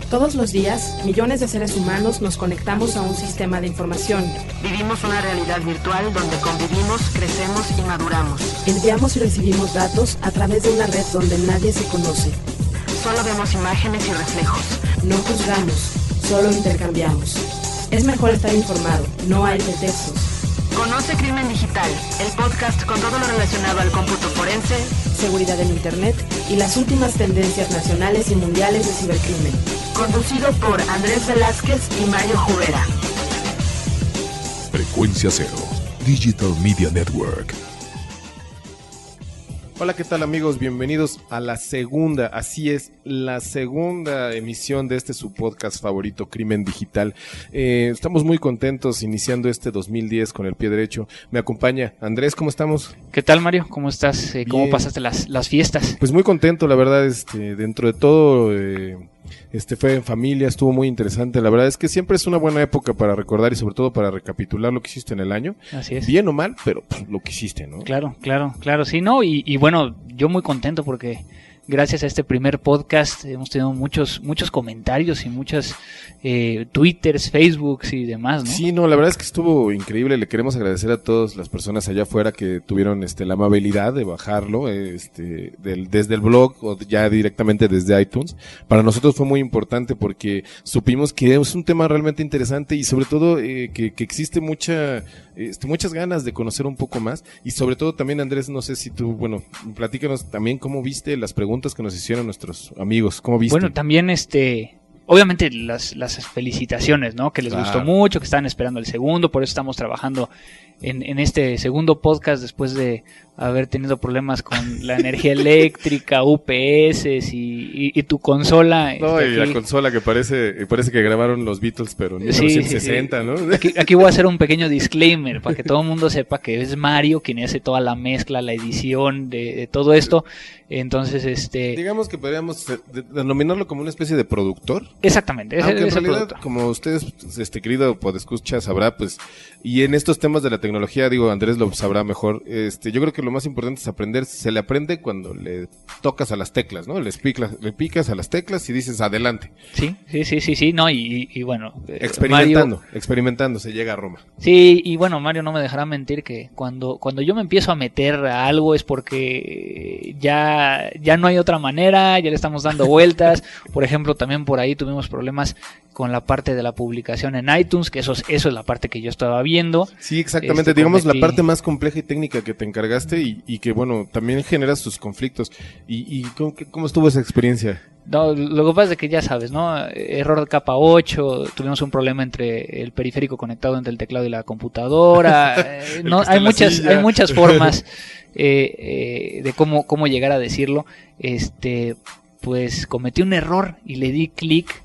Todos los días, millones de seres humanos nos conectamos a un sistema de información. Vivimos una realidad virtual donde convivimos, crecemos y maduramos. Enviamos y recibimos datos a través de una red donde nadie se conoce. Solo vemos imágenes y reflejos. No juzgamos, solo intercambiamos. Es mejor estar informado, no hay pretextos. Conoce Crimen Digital, el podcast con todo lo relacionado al cómputo forense, seguridad en Internet y las últimas tendencias nacionales y mundiales de cibercrimen. Conducido por Andrés Velázquez y Mario Jubera. Frecuencia Cero, Digital Media Network. Hola, ¿qué tal amigos? Bienvenidos a la segunda, así es, la segunda emisión de su podcast favorito, Crimen Digital. Estamos muy contentos iniciando este 2010 con el pie derecho. Me acompaña Andrés, ¿cómo estamos? ¿Qué tal, Mario? ¿Cómo estás? ¿Cómo pasaste las fiestas? Pues muy contento, la verdad, dentro de todo... fue en familia, estuvo muy interesante. La verdad es que siempre es una buena época para recordar y sobre todo para recapitular lo que hiciste en el año. Así es. Bien o mal, pero pues, lo que hiciste, ¿no? Claro, sí, ¿no? Y bueno, yo muy contento porque gracias a este primer podcast hemos tenido muchos comentarios y muchos Twitters, Facebooks y demás, ¿no? Sí, no, la verdad es que estuvo increíble. Le queremos agradecer a todas las personas allá afuera que tuvieron la amabilidad de bajarlo desde el blog o ya directamente desde iTunes. Para nosotros fue muy importante porque supimos que es un tema realmente interesante y sobre todo que existe muchas ganas de conocer un poco más y sobre todo también, Andrés, no sé si tú, bueno, platícanos también cómo viste las preguntas que nos hicieron nuestros amigos, ¿cómo viste? Bueno, también obviamente las felicitaciones, ¿no? Que les gustó mucho, que estaban esperando el segundo, por eso estamos trabajando en este segundo podcast después de haber tenido problemas con la energía eléctrica, UPS y tu consola. No, y la consola que parece que grabaron los Beatles, pero en 1960, sí. ¿No? Aquí voy a hacer un pequeño disclaimer para que todo el mundo sepa que es Mario quien hace toda la mezcla, la edición de todo esto. Entonces, digamos que podríamos denominarlo como una especie de productor. Exactamente. Aunque en realidad, como ustedes, querido podescucha, sabrá, pues, y en estos temas de la tecnología, Andrés lo sabrá mejor, yo creo que lo más importante es aprender, se le aprende cuando le tocas a las teclas, ¿no? Le picas a las teclas y dices, adelante. Sí, no, y bueno. Experimentando se llega a Roma. Sí, y bueno, Mario no me dejará mentir que cuando yo me empiezo a meter a algo es porque ya no hay otra manera, ya le estamos dando vueltas. Por ejemplo, también por ahí tuvimos problemas con la parte de la publicación en iTunes, que eso es la parte que yo estaba viendo. Sí, exactamente, digamos la parte más compleja y técnica que te encargaste y que bueno, también genera sus conflictos. ¿Y cómo estuvo esa experiencia? No, lo que pasa es que ya sabes, ¿no? Error de capa 8, tuvimos un problema entre el periférico conectado entre el teclado y la computadora. No, hay muchas formas de cómo llegar a decirlo. Pues cometí un error y le di clic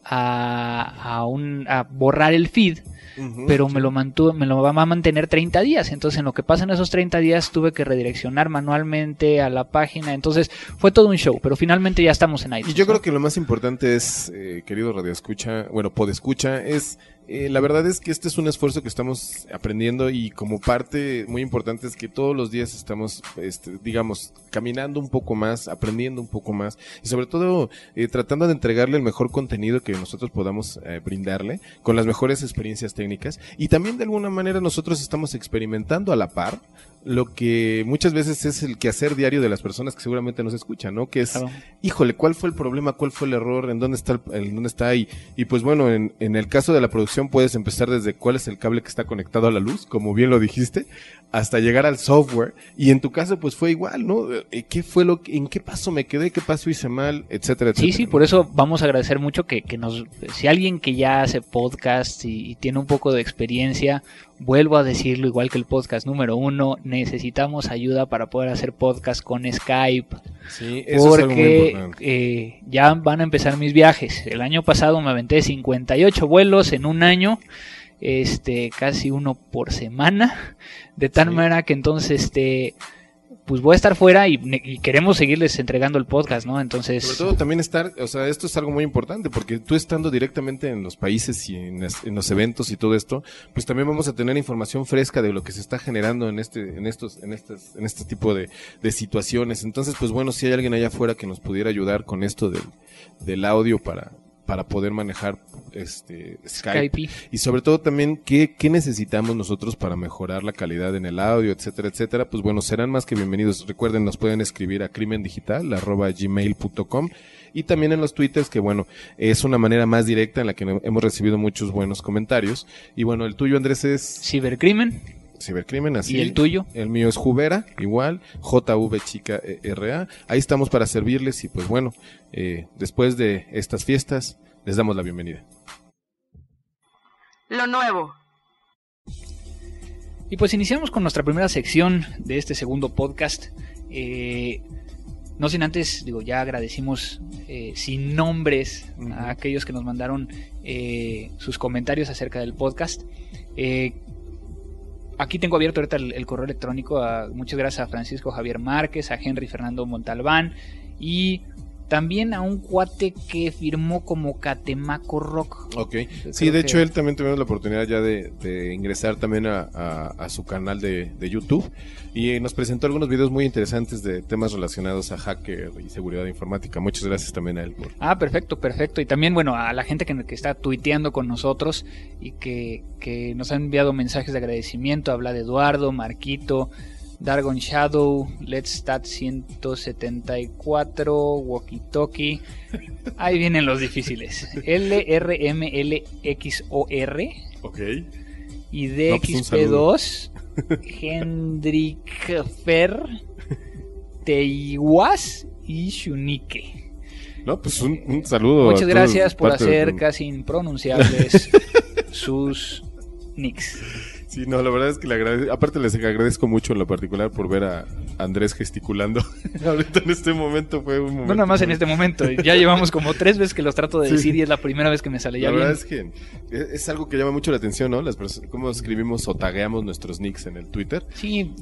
a borrar el feed. Pero me lo va a mantener 30 días. Entonces, en lo que pasa en esos 30 días, tuve que redireccionar manualmente a la página. Entonces, fue todo un show. Pero finalmente ya estamos en iTunes. Y yo creo que lo más importante es, querido podescucha, es... la verdad es que este es un esfuerzo que estamos aprendiendo y como parte muy importante es que todos los días estamos, caminando un poco más, aprendiendo un poco más y sobre todo tratando de entregarle el mejor contenido que nosotros podamos brindarle con las mejores experiencias técnicas y también de alguna manera nosotros estamos experimentando a la par lo que muchas veces es el quehacer diario de las personas que seguramente nos escuchan, ¿no? Que es, híjole, ¿cuál fue el problema? ¿Cuál fue el error? ¿En dónde está? Y pues bueno, en el caso de la producción puedes empezar desde cuál es el cable que está conectado a la luz, como bien lo dijiste, hasta llegar al software. Y en tu caso, pues fue igual, ¿no? ¿Qué fue en qué paso me quedé? ¿Qué paso hice mal? Etcétera, etcétera. Sí, por eso vamos a agradecer mucho que si alguien que ya hace podcast y tiene un poco de experiencia, vuelvo a decirlo igual que el podcast número 1, necesitamos ayuda para poder hacer podcast con Skype. Sí, eso es algo muy importante. Ya van a empezar mis viajes. El año pasado me aventé 58 vuelos en un año, casi uno por semana, de tal manera que entonces pues voy a estar fuera y queremos seguirles entregando el podcast, ¿no? Entonces... Sobre todo también esto es algo muy importante, porque tú estando directamente en los países y en los eventos y todo esto, pues también vamos a tener información fresca de lo que se está generando en este tipo de situaciones. Entonces, pues bueno, si hay alguien allá afuera que nos pudiera ayudar con esto del audio para para poder manejar Skype. Y sobre todo también qué necesitamos nosotros para mejorar la calidad en el audio, etcétera, etcétera. Pues bueno, serán más que bienvenidos. Recuerden, nos pueden escribir a crimendigital@gmail.com y también en los twitters, que bueno, es una manera más directa en la que hemos recibido muchos buenos comentarios. Y bueno, el tuyo, Andrés, es Cibercrimen, así. ¿y el tuyo? El mío es Jubera, igual, JVChicaRA. Ahí estamos para servirles y pues bueno, después de estas fiestas, les damos la bienvenida. Lo nuevo. Y pues iniciamos con nuestra primera sección de este segundo podcast. No sin antes, ya agradecimos sin nombres a aquellos que nos mandaron sus comentarios acerca del podcast. Aquí tengo abierto ahorita el correo electrónico. Muchas gracias a Francisco Javier Márquez, a Henry Fernando Montalbán y también a un cuate que firmó como Catemaco Rock. Ok, sí, de hecho él también tuvimos la oportunidad ya de ingresar también a su canal de YouTube y nos presentó algunos videos muy interesantes de temas relacionados a hacker y seguridad informática. Muchas gracias también a él. Perfecto. Y también, bueno, a la gente que está tuiteando con nosotros y que nos han enviado mensajes de agradecimiento. Habla de Eduardo, Marquito, Dargon Shadow, Let's Stat 174, Walkie Talkie. Ahí vienen los difíciles. LRMLXOR. Ok. Y DXP2. Hendrik Fer, Teiwas y Shunike. No, pues un saludo. Muchas gracias por hacer casi impronunciables sus nicks. Sí, no, la verdad es que le agradezco, aparte les agradezco mucho en lo particular por ver a Andrés gesticulando. Ahorita en este momento fue un momento. No nada más en este momento, ya llevamos como 3 veces que los trato de decir y es la primera vez que me sale ya bien. La verdad es que es algo que llama mucho la atención, ¿no? Cómo escribimos o tagueamos nuestros nicks en el Twitter. Sí,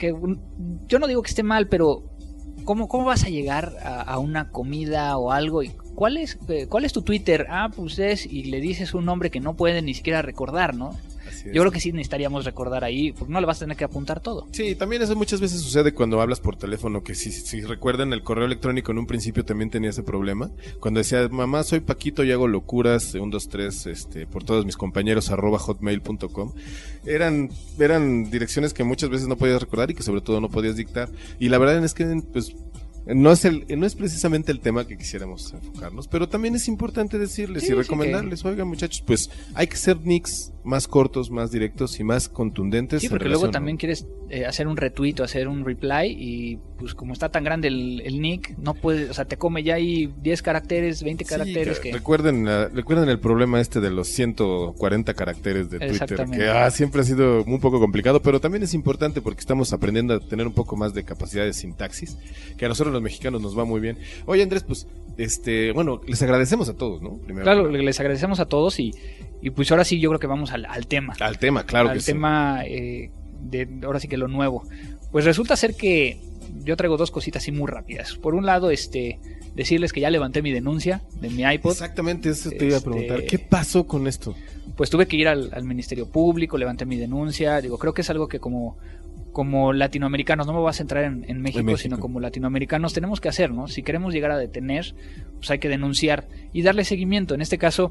yo no digo que esté mal, pero ¿cómo vas a llegar a una comida o algo y ¿cuál es tu Twitter? Pues es, y le dices un nombre que no pueden ni siquiera recordar, ¿no? Yo creo que sí necesitaríamos recordar ahí, porque no le vas a tener que apuntar todo. Sí, también eso muchas veces sucede cuando hablas por teléfono, que si recuerdan, el correo electrónico en un principio también tenía ese problema. Cuando decía, mamá, soy Paquito y hago locuras, 1, 2, 3, por todos mis compañeros, @hotmail.com. Eran direcciones que muchas veces no podías recordar y que sobre todo no podías dictar. Y la verdad es que, pues, no es precisamente el tema que quisiéramos enfocarnos, pero también es importante decirles y recomendarles, oigan muchachos, pues hay que ser nicks más cortos, más directos y más contundentes. Sí, porque luego también quieres hacer un retweet o hacer un reply y pues como está tan grande el nick, no puedes, o sea, te come ya ahí 10 caracteres, 20 caracteres. Que recuerden el problema de los 140 caracteres de Twitter, que siempre ha sido un poco complicado, pero también es importante porque estamos aprendiendo a tener un poco más de capacidad de sintaxis, que a nosotros los mexicanos nos va muy bien. Oye, Andrés, pues, bueno, les agradecemos a todos, ¿no? Claro, les agradecemos a todos y pues ahora sí yo creo que vamos al tema. Al tema, claro que sí. Al tema ahora sí que lo nuevo. Pues resulta ser que yo traigo 2 cositas así muy rápidas. Por un lado, decirles que ya levanté mi denuncia de mi iPod. Exactamente, eso te iba a preguntar. ¿Qué pasó con esto? Pues tuve que ir al Ministerio Público, levanté mi denuncia. Creo que es algo que como latinoamericanos, no me voy a centrar en México, sino como latinoamericanos tenemos que hacer, ¿no? Si queremos llegar a detener, pues hay que denunciar y darle seguimiento. En este caso,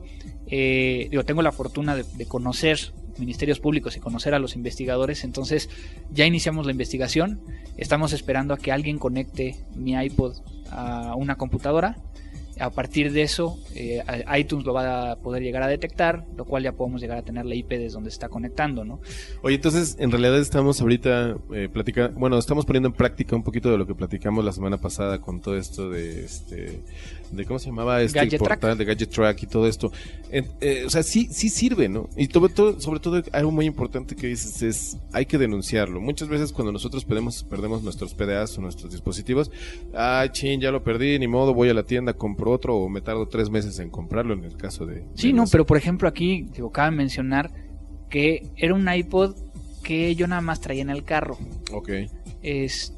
tengo la fortuna de conocer ministerios públicos y conocer a los investigadores, entonces ya iniciamos la investigación, estamos esperando a que alguien conecte mi iPod a una computadora. A partir de eso, iTunes lo va a poder llegar a detectar, lo cual ya podemos llegar a tener la IP desde donde se está conectando, ¿no? Oye, entonces, en realidad estamos ahorita estamos poniendo en práctica un poquito de lo que platicamos la semana pasada con todo esto de ¿cómo se llamaba Gadget portal Track. de Gadget Track y todo esto? O sea, sí sirve, ¿no? Y sobre todo algo muy importante que dices es, hay que denunciarlo. Muchas veces cuando nosotros perdemos nuestros PDAs o nuestros dispositivos, ya lo perdí, ni modo, voy a la tienda, compro otro o me tardo 3 meses en comprarlo en el caso de... Pero por ejemplo aquí, acabo de mencionar que era un iPod que yo nada más traía en el carro. Ok. Es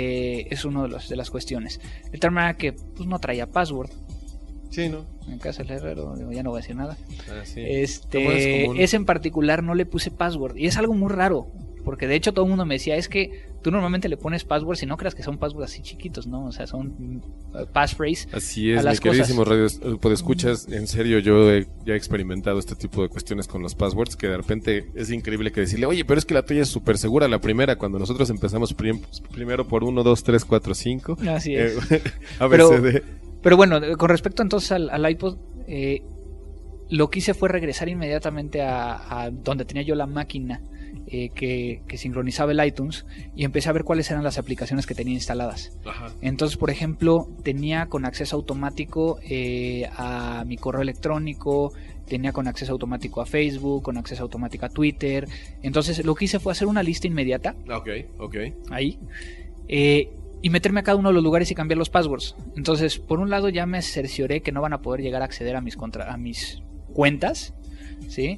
uno de las cuestiones. El tema era que pues no traía password. Sí, ¿no? En casa del herrero, ya no voy a decir nada. Sí. Ese en particular no le puse password y es algo muy raro. Porque de hecho todo el mundo me decía, es que tú normalmente le pones passwords y no creas que son passwords así chiquitos, ¿no? O sea, son passphrase. Así es, a las mi queridísimo radio podescuchas, en serio, yo ya he experimentado este tipo de cuestiones con los passwords, que de repente es increíble que decirle, oye, pero es que la tuya es súper segura, la primera, cuando nosotros empezamos primero por 1, 2, 3, 4, 5. Así es. Pero bueno, con respecto entonces al iPod, lo que hice fue regresar inmediatamente a donde tenía yo la máquina que sincronizaba el iTunes, y empecé a ver cuáles eran las aplicaciones que tenía instaladas. Ajá. Entonces, por ejemplo, tenía con acceso automático a mi correo electrónico, tenía con acceso automático a Facebook, con acceso automático a Twitter. Entonces lo que hice fue hacer una lista inmediata. Ok. Ahí. Y meterme a cada uno de los lugares y cambiar los passwords. Entonces, por un lado ya me cercioré que no van a poder llegar a acceder a mis cuentas, ¿sí?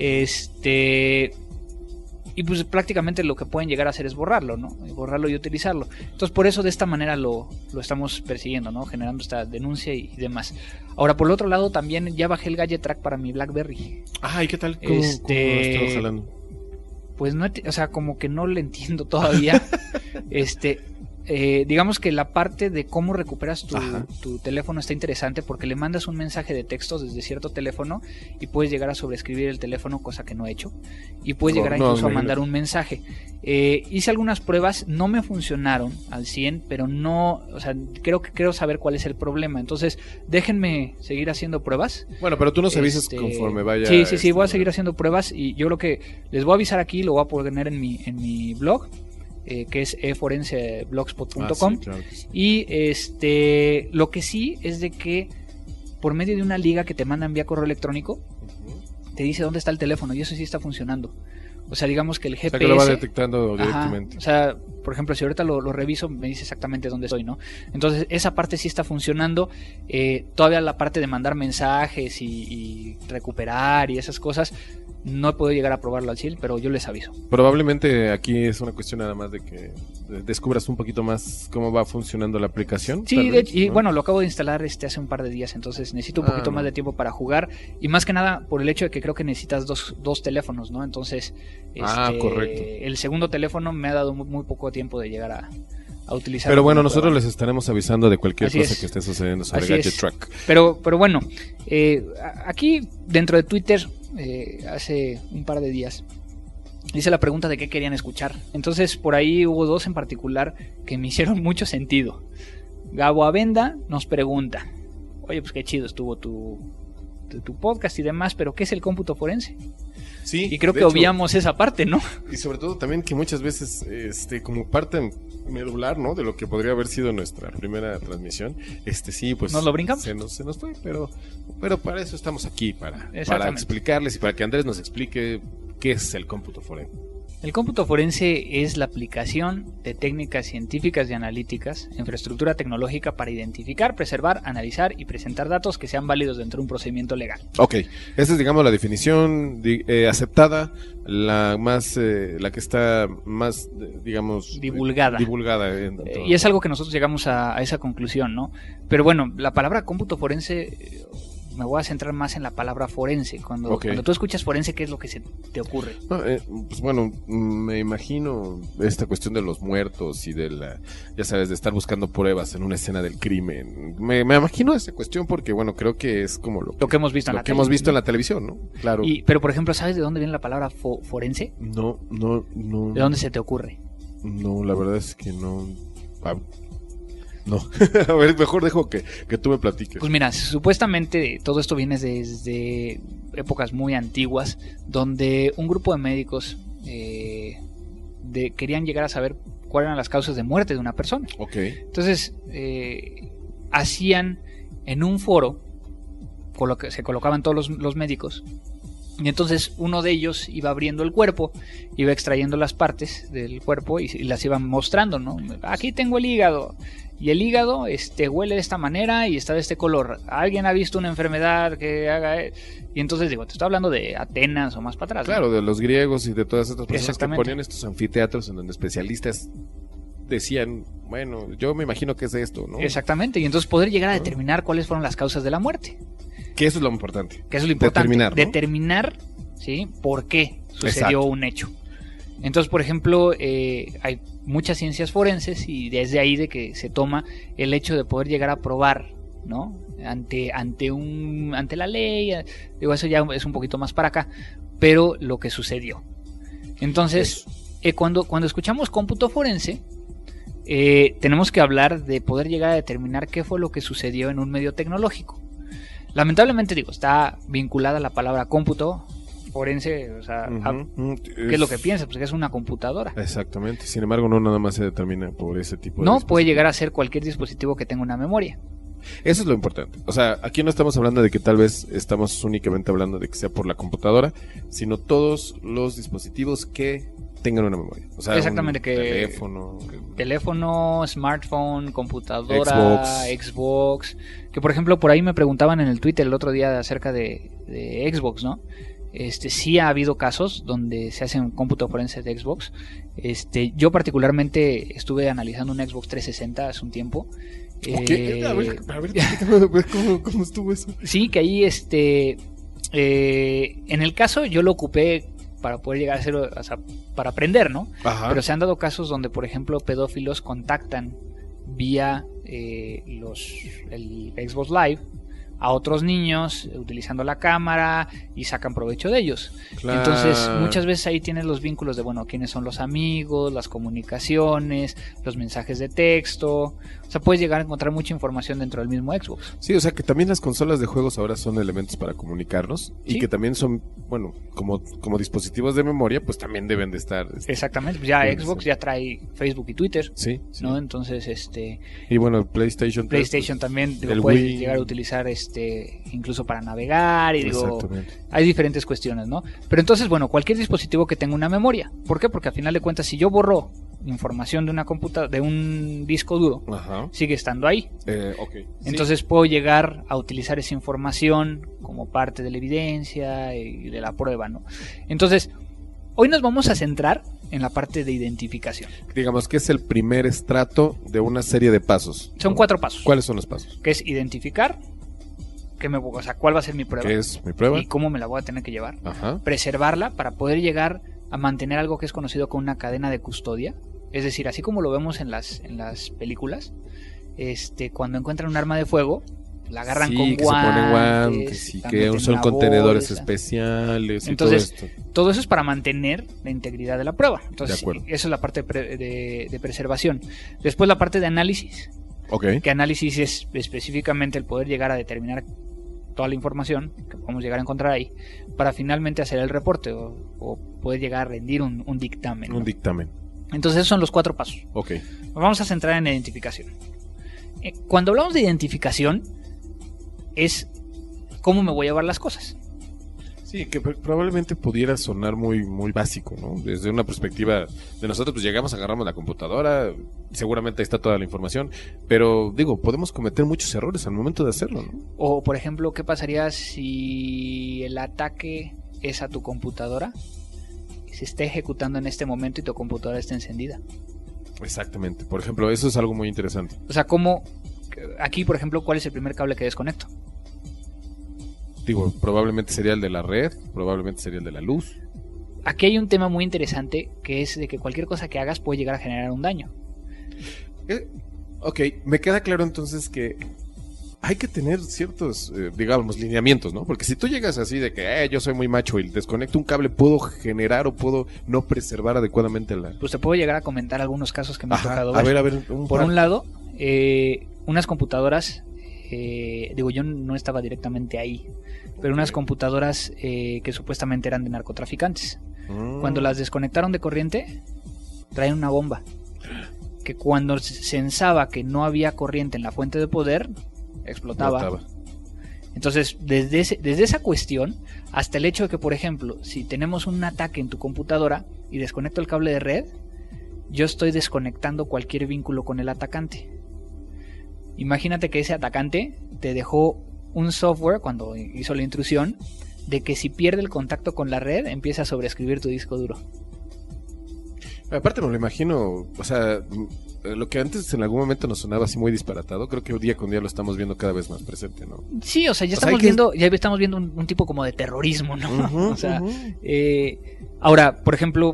Y pues prácticamente lo que pueden llegar a hacer es borrarlo, ¿no? Borrarlo y utilizarlo. Entonces por eso de esta manera lo estamos persiguiendo, ¿no? Generando esta denuncia y demás. Ahora, por el otro lado, también ya bajé el Gadget Track para mi BlackBerry. Ah, ¿y qué tal? ¿Cómo estás jalando? Pues no, o sea, como que no le entiendo todavía. Digamos que la parte de cómo recuperas tu teléfono está interesante, porque le mandas un mensaje de texto desde cierto teléfono y puedes llegar a sobreescribir el teléfono, cosa que no he hecho, y puedes llegar incluso a mandar un mensaje. Hice algunas pruebas, no me funcionaron al 100, pero no, o sea, creo saber cuál es el problema. Entonces déjenme seguir haciendo pruebas. Bueno, pero tú nos avisas conforme vaya. Sí, voy a seguir haciendo pruebas, y yo creo que les voy a avisar aquí, lo voy a poner en mi blog, que es eforenseblogspot.com. Sí, claro que sí. Y lo que sí es de que por medio de una liga que te mandan vía correo electrónico, te dice dónde está el teléfono, y eso sí está funcionando. O sea, digamos que el GPS... O sea, que lo va detectando directamente. O sea, por ejemplo, si ahorita lo reviso, me dice exactamente dónde estoy, ¿no? Entonces, esa parte sí está funcionando. Todavía la parte de mandar mensajes y recuperar y esas cosas, no he podido llegar a probarlo al 100, pero yo les aviso. Probablemente aquí es una cuestión nada más de que descubras un poquito más cómo va funcionando la aplicación. Sí, y bueno, lo acabo de instalar hace un par de días, entonces necesito un poquito más de tiempo para jugar, y más que nada por el hecho de que creo que necesitas dos teléfonos, ¿no? Entonces, correcto. El segundo teléfono me ha dado muy poco tiempo de llegar a utilizar. Pero bueno, nosotros les estaremos avisando de cualquier cosa que esté sucediendo sobre Gadget Track. Pero bueno, aquí dentro de Twitter, hace un par de días, hice la pregunta de qué querían escuchar. Entonces por ahí hubo dos en particular que me hicieron mucho sentido. Gabo Avenda nos pregunta: oye, pues qué chido estuvo tu podcast y demás, pero ¿qué es el cómputo forense? Sí, y creo que obviamos esa parte, ¿no? Y sobre todo también que muchas veces, como parte medular, ¿no?, de lo que podría haber sido nuestra primera transmisión, sí, pues nos lo brincamos. Se nos fue, pero para eso estamos aquí, para explicarles y para que Andrés nos explique qué es el cómputo forense. El cómputo forense es la aplicación de técnicas científicas y analíticas, infraestructura tecnológica para identificar, preservar, analizar y presentar datos que sean válidos dentro de un procedimiento legal. Ok, esa es, digamos, la definición aceptada, la que está más, digamos, divulgada. Y es algo que nosotros llegamos a esa conclusión, ¿no? Pero bueno, la palabra cómputo forense, me voy a centrar más en la palabra forense. Cuando tú escuchas forense, ¿qué es lo que se te ocurre? Pues bueno, me imagino esta cuestión de los muertos y ya sabes, de estar buscando pruebas en una escena del crimen. Me imagino esa cuestión porque, bueno, creo que es como lo que hemos visto en la televisión, ¿no? Claro. Pero, por ejemplo, ¿sabes de dónde viene la palabra forense? No. ¿De dónde se te ocurre? No, la verdad es que no. No, a ver, mejor dejo que tú me platiques. Pues mira, supuestamente todo esto viene desde épocas muy antiguas, donde un grupo de médicos querían llegar a saber cuáles eran las causas de muerte de una persona. Okay. Entonces, hacían en un foro, se colocaban todos los médicos, y entonces uno de ellos iba abriendo el cuerpo, iba extrayendo las partes del cuerpo y las iba mostrando, ¿no? Aquí tengo el hígado. Y el hígado huele de esta manera y está de este color. ¿Alguien ha visto una enfermedad que haga...? Y entonces te estoy hablando de Atenas o más para atrás, ¿no? Claro, de los griegos y de todas estas personas que ponían estos anfiteatros en donde especialistas decían, bueno, yo me imagino que es esto, ¿no? Exactamente, y entonces poder llegar a determinar cuáles fueron las causas de la muerte. Que eso es lo importante. Determinar, ¿no? ¿Sí? ¿Por qué sucedió un hecho? Entonces, por ejemplo, hay muchas ciencias forenses y desde ahí de que se toma el hecho de poder llegar a probar, ¿no? Ante la ley, digo, eso ya es un poquito más para acá, pero lo que sucedió. Entonces, cuando escuchamos cómputo forense, tenemos que hablar de poder llegar a determinar qué fue lo que sucedió en un medio tecnológico. Lamentablemente, digo, está vinculada la palabra cómputo forense, o sea, ¿qué es lo que piensa? Pues que es una computadora. Exactamente, sin embargo no nada más se determina por ese tipo de No, puede llegar a ser cualquier dispositivo que tenga una memoria. Eso es lo importante. O sea, aquí no estamos hablando de que tal vez estamos únicamente hablando de que sea por la computadora, sino todos los dispositivos que tengan una memoria. O sea, exactamente, que teléfono, smartphone, computadora, Xbox. Que por ejemplo por ahí me preguntaban en el Twitter el otro día acerca de Xbox, ¿no? Sí ha habido casos donde se hace un cómputo forense de Xbox. Yo particularmente estuve analizando un Xbox 360 hace un tiempo. Okay. A ver, ¿cómo estuvo eso? Sí, que ahí en el caso yo lo ocupé para poder llegar a hacer, o sea, para aprender, ¿no? Ajá. Pero se han dado casos donde, por ejemplo, pedófilos contactan vía el Xbox Live a otros niños utilizando la cámara y sacan provecho de ellos. Claro. Entonces muchas veces ahí tienes los vínculos de, bueno, quiénes son los amigos, las comunicaciones, los mensajes de texto. O sea, puedes llegar a encontrar mucha información dentro del mismo Xbox. Sí, o sea que también las consolas de juegos ahora son elementos para comunicarnos y ¿sí? Que también son, bueno, como dispositivos de memoria, pues también deben de estar. Exactamente, ya Xbox ya trae Facebook y Twitter, sí. ¿no? Entonces, y bueno, PlayStation pues, también digo, puedes Wii. Llegar a utilizar incluso para navegar y digo, hay diferentes cuestiones, ¿no? Pero entonces, bueno, cualquier dispositivo que tenga una memoria. ¿Por qué? Porque al final de cuentas, si yo borro información de una computadora, de un disco duro, ajá, sigue estando ahí. Okay. Entonces sí, puedo llegar a utilizar esa información como parte de la evidencia y de la prueba, ¿no? Entonces, hoy nos vamos a centrar en la parte de identificación. Digamos que es el primer estrato de una serie de pasos. Son 4 pasos. ¿Cuáles son los pasos? Que es identificar, o sea, cuál va a ser mi prueba. ¿Qué es mi prueba? Y cómo me la voy a tener que llevar. Ajá. Preservarla para poder llegar a mantener algo que es conocido como una cadena de custodia. Es decir, así como lo vemos en las películas, cuando encuentran un arma de fuego, la agarran con que guantes, se ponen guantes y que son contenedores especiales. Entonces, y todo eso es para mantener la integridad de la prueba. Entonces, eso es la parte de preservación. Después la parte de análisis. Okay. Que análisis es específicamente el poder llegar a determinar toda la información que podemos llegar a encontrar ahí para finalmente hacer el reporte o poder llegar a rendir un dictamen. Un dictamen. Entonces esos son los 4 pasos. Okay. Nos vamos a centrar en la identificación. Cuando hablamos de identificación es cómo me voy a llevar las cosas. Sí, que probablemente pudiera sonar muy, muy básico, ¿no? Desde una perspectiva de nosotros, pues llegamos, agarramos la computadora, seguramente ahí está toda la información, pero digo, podemos cometer muchos errores al momento de hacerlo, ¿no? O, por ejemplo, ¿qué pasaría si el ataque es a tu computadora y se está ejecutando en este momento y tu computadora está encendida? Exactamente, por ejemplo, eso es algo muy interesante. O sea, ¿cómo? Aquí, por ejemplo, ¿cuál es el primer cable que desconecto? Digo, probablemente sería el de la red, probablemente sería el de la luz. Aquí hay un tema muy interesante que es de que cualquier cosa que hagas puede llegar a generar un daño. Ok, me queda claro entonces que hay que tener ciertos, digamos, lineamientos, ¿no? Porque si tú llegas así de que yo soy muy macho y desconecto un cable, ¿puedo generar o puedo no preservar adecuadamente la...? Pues te puedo llegar a comentar algunos casos que me ha tocado ver. A ver, por un lado, unas computadoras, digo, yo no estaba directamente ahí, pero unas computadoras que supuestamente eran de narcotraficantes. Cuando las desconectaron de corriente, traen una bomba que cuando se sensaba que no había corriente en la fuente de poder, explotaba. Entonces, desde esa cuestión hasta el hecho de que, por ejemplo, si tenemos un ataque en tu computadora y desconecto el cable de red, yo estoy desconectando cualquier vínculo con el atacante. Imagínate que ese atacante te dejó un software cuando hizo la intrusión de que si pierde el contacto con la red empieza a sobreescribir tu disco duro. Aparte me lo imagino, o sea, lo que antes en algún momento nos sonaba así muy disparatado, creo que día con día lo estamos viendo cada vez más presente, ¿no? Sí, o sea, ya estamos viendo un tipo como de terrorismo, ¿no? O sea, ahora, por ejemplo,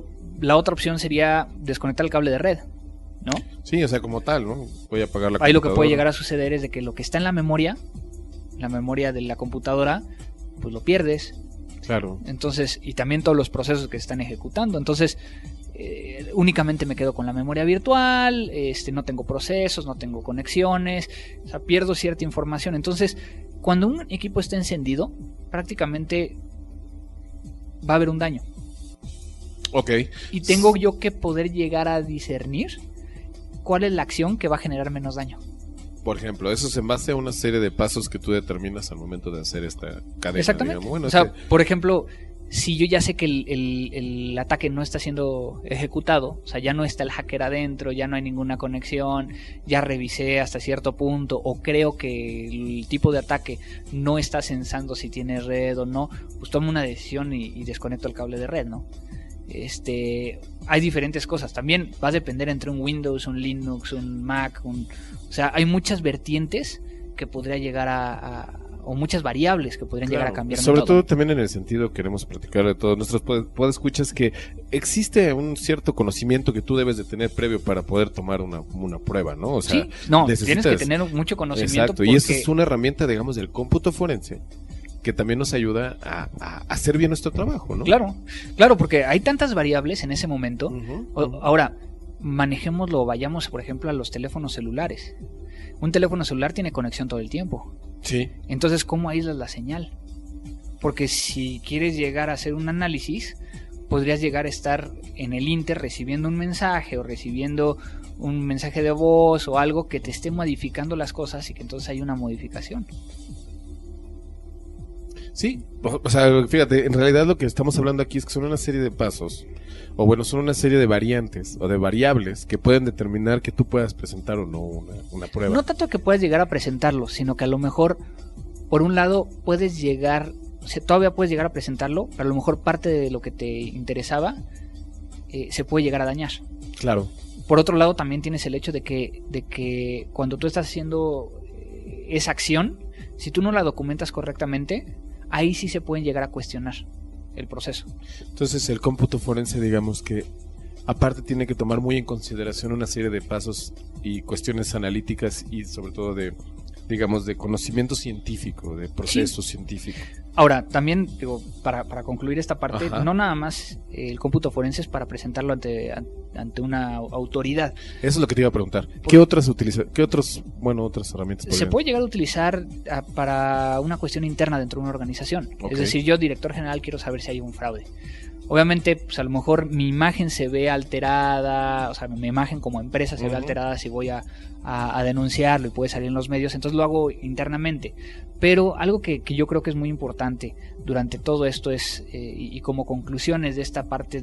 la otra opción sería desconectar el cable de red, ¿no? Sí, o sea, como tal, ¿no? Voy a apagar la Ahí computadora. lo que puede llegar a suceder es de que lo que está en la memoria de la computadora, pues lo pierdes. Claro. Entonces, y también todos los procesos que se están ejecutando. Entonces, únicamente me quedo con la memoria virtual, no tengo procesos, no tengo conexiones, o sea, pierdo cierta información. Entonces, cuando un equipo está encendido, prácticamente va a haber un daño. Ok. Y tengo yo que poder llegar a discernir cuál es la acción que va a generar menos daño. Por ejemplo, eso es en base a una serie de pasos que tú determinas al momento de hacer esta cadena. Exactamente. Digamos. Bueno, o sea, por ejemplo, si yo ya sé que el ataque no está siendo ejecutado, o sea, ya no está el hacker adentro, ya no hay ninguna conexión, ya revisé hasta cierto punto, o creo que el tipo de ataque no está censando si tiene red o no, pues tomo una decisión y desconecto el cable de red, ¿no? Hay diferentes cosas. También va a depender entre un Windows, un Linux, un Mac, o sea, hay muchas vertientes que podría llegar o muchas variables que podrían llegar a cambiar. Sobre todo también en el sentido, queremos platicar de todos nuestros podescuchas, que existe un cierto conocimiento que tú debes de tener previo para poder tomar una prueba, ¿no? O sea, sí, no, tienes que tener mucho conocimiento. Exacto, y eso es una herramienta, digamos, del cómputo forense, que también nos ayuda a hacer bien nuestro trabajo, ¿no? Claro, porque hay tantas variables en ese momento. Ahora, manejémoslo, vayamos, por ejemplo, a los teléfonos celulares. Un teléfono celular tiene conexión todo el tiempo. Sí. Entonces, ¿cómo aíslas la señal? Porque si quieres llegar a hacer un análisis, podrías llegar a estar en el inter recibiendo un mensaje o recibiendo un mensaje de voz o algo que te esté modificando las cosas y que entonces hay una modificación. Sí, o sea, fíjate, en realidad lo que estamos hablando aquí es que son una serie de pasos, o bueno, son una serie de variantes o de variables que pueden determinar que tú puedas presentar o no una prueba. No tanto que puedas llegar a presentarlo, sino que a lo mejor, por un lado, puedes llegar, o sea, todavía puedes llegar a presentarlo, pero a lo mejor parte de lo que te interesaba se puede llegar a dañar. Claro. Por otro lado, también tienes el hecho de que cuando tú estás haciendo esa acción, si tú no la documentas correctamente, ahí sí se pueden llegar a cuestionar el proceso. Entonces el cómputo forense, digamos que aparte tiene que tomar muy en consideración una serie de pasos y cuestiones analíticas y sobre todo de, digamos, de conocimiento científico, de proceso científico. Ahora, también, digo, para concluir esta parte, Ajá. no nada más el cómputo forense es para presentarlo ante una autoridad. Eso es lo que te iba a preguntar. ¿Qué otras otras herramientas Se puede llegar a utilizar para una cuestión interna dentro de una organización. Okay. Es decir, yo, director general, quiero saber si hay un fraude. Obviamente, pues a lo mejor mi imagen se ve alterada, o sea, mi imagen como empresa se ve alterada si voy a denunciarlo y puede salir en los medios, entonces lo hago internamente. Pero algo que yo creo que es muy importante durante todo esto es, y como conclusiones de esta parte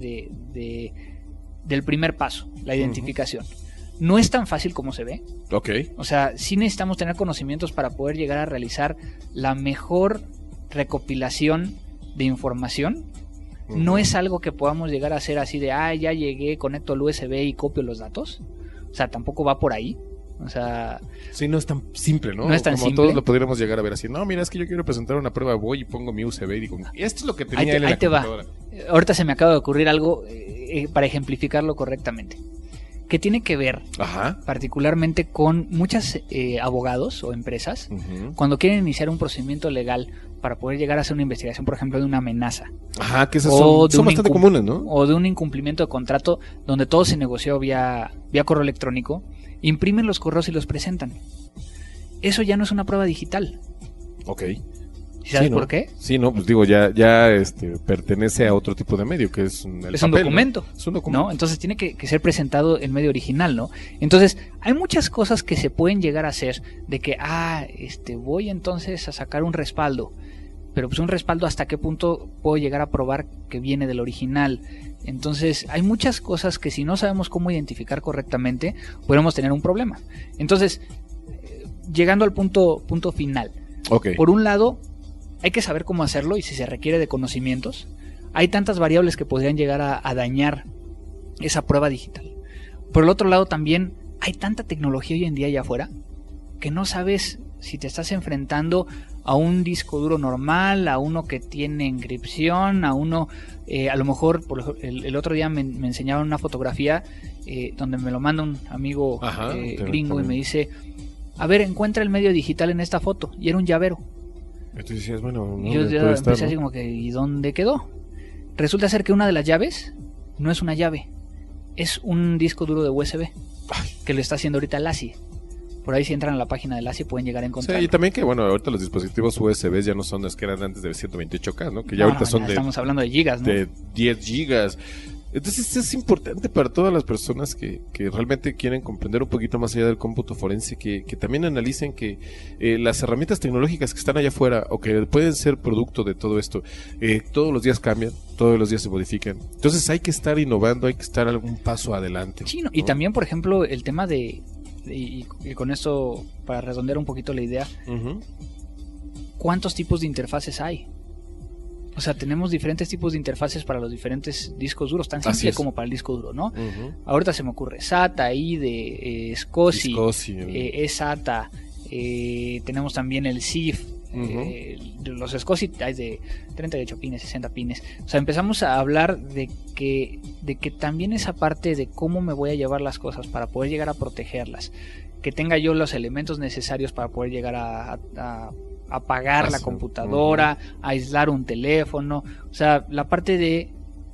del primer paso, la identificación. No es tan fácil como se ve. Okay. O sea, sí necesitamos tener conocimientos para poder llegar a realizar la mejor recopilación de información. No es algo que podamos llegar a hacer así de, ya llegué, conecto el USB y copio los datos. O sea, tampoco va por ahí. O sea... Sí, no es tan simple, ¿no? No es tan Como simple. Todos lo podríamos llegar a ver así. No, mira, es que yo quiero presentar una prueba, voy y pongo mi USB y digo, esto es lo que tenía él en la computadora. Ahorita se me acaba de ocurrir algo para ejemplificarlo correctamente. Que tiene que ver particularmente con muchos abogados o empresas cuando quieren iniciar un procedimiento legal para poder llegar a hacer una investigación, por ejemplo, de una amenaza. Que esas son bastante comunes, ¿no? O de un incumplimiento de contrato donde todo se negoció vía correo electrónico, imprimen los correos y los presentan. Eso ya no es una prueba digital. Ok. ¿Sabes por qué? Sí, no, pues digo, ya pertenece a otro tipo de medio, que es un documento. ¿no? Es un documento. ¿No? Entonces tiene que ser presentado en medio original, ¿no? Entonces, hay muchas cosas que se pueden llegar a hacer de que, voy entonces a sacar un respaldo. Pero pues un respaldo, ¿hasta qué punto puedo llegar a probar que viene del original? Entonces, hay muchas cosas que si no sabemos cómo identificar correctamente, podemos tener un problema. Entonces, llegando al punto final. Okay. Por un lado, hay que saber cómo hacerlo y si se requiere de conocimientos. Hay tantas variables que podrían llegar a dañar esa prueba digital. Por el otro lado también hay tanta tecnología hoy en día allá afuera que no sabes si te estás enfrentando a un disco duro normal, a uno que tiene encripción, a uno, a lo mejor, el otro día me enseñaron una fotografía donde me lo manda un amigo gringo y me dice, a ver, encuentra el medio digital en esta foto, y era un llavero. Tú decías, bueno, y yo ya empecé así como que, ¿y dónde quedó? Resulta ser que una de las llaves no es una llave, es un disco duro de USB que lo está haciendo ahorita LaCie. Por ahí si entran a la página de LaCie pueden llegar a encontrar. Sí, y también que, bueno, ahorita los dispositivos USB ya no son los que eran antes de 128K, ¿no? Que ya ahorita son estamos hablando de gigas, ¿no? De 10 gigas. Entonces es importante para todas las personas que realmente quieren comprender un poquito más allá del cómputo forense, que también analicen que las herramientas tecnológicas que están allá afuera o que pueden ser producto de todo esto, todos los días cambian, todos los días se modifican. Entonces hay que estar innovando, hay que estar algún paso adelante. Sí, ¿no? Y también, por ejemplo, el tema de, y con esto, para redondear un poquito la idea, ¿cuántos tipos de interfaces hay? O sea, tenemos diferentes tipos de interfaces para los diferentes discos duros, tan simple como para el disco duro, ¿no? Ahorita se me ocurre SATA, IDE, SCSI, eSATA, tenemos también el CIF, los SCSI hay de 38 pines, 60 pines. O sea, empezamos a hablar de que también esa parte de cómo me voy a llevar las cosas para poder llegar a protegerlas, que tenga yo los elementos necesarios para poder llegar a apagar la computadora, aislar un teléfono, o sea, la parte de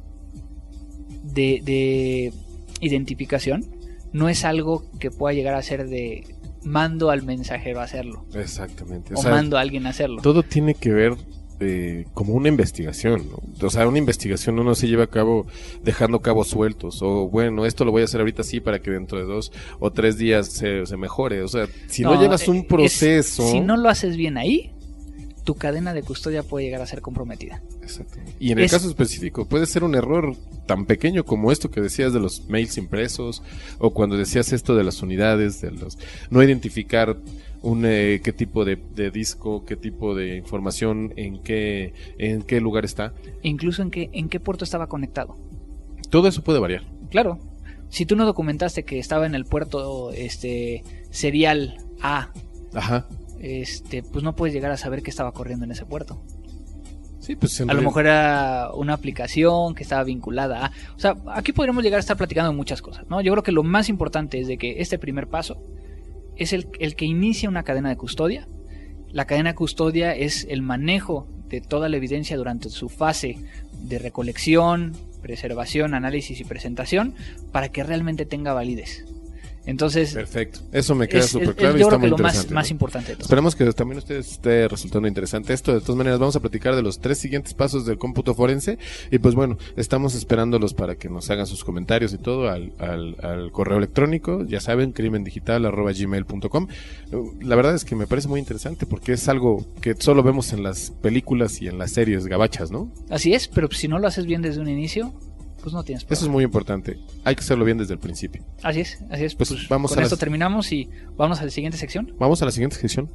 identificación no es algo que pueda llegar a ser de mando al mensajero a hacerlo. Exactamente. O sea, mando a alguien a hacerlo. Todo tiene que ver como una investigación, ¿no? O sea, una investigación no se lleva a cabo dejando cabos sueltos, o bueno, esto lo voy a hacer ahorita sí para que dentro de 2 o 3 días se mejore. O sea, si no llevas un proceso... si no lo haces bien ahí, tu cadena de custodia puede llegar a ser comprometida. Exactamente. Y en el caso específico, puede ser un error tan pequeño como esto que decías de los mails impresos, o cuando decías esto de las unidades, de los no identificar qué tipo de disco, qué tipo de información, en qué lugar está. Incluso en qué puerto estaba conectado. Todo eso puede variar. Claro. Si tú no documentaste que estaba en el puerto serial A, pues no puedes llegar a saber qué estaba corriendo en ese puerto. Sí, pues a lo mejor era una aplicación que estaba vinculada a... O sea, aquí podríamos llegar a estar platicando de muchas cosas, ¿no? Yo creo que lo más importante es de que este primer paso es el que inicia una cadena de custodia. La cadena de custodia es el manejo de toda la evidencia durante su fase de recolección, preservación, análisis y presentación para que realmente tenga validez. Entonces, perfecto, eso me queda súper claro. Yo creo que lo más importante de todo. Esperemos que también a ustedes esté resultando interesante esto. De todas maneras, vamos a platicar de los 3 siguientes pasos del cómputo forense. Y pues bueno, estamos esperándolos para que nos hagan sus comentarios y todo al correo electrónico. Ya saben, crimendigital@gmail.com. La verdad es que me parece muy interesante porque es algo que solo vemos en las películas y en las series gabachas, ¿no? Así es, pero si no lo haces bien desde un inicio, pues no tienes problema. Eso es muy importante. Hay que hacerlo bien desde el principio. Así es. Pues vamos con esto terminamos y vamos a la siguiente sección. Vamos a la siguiente sección.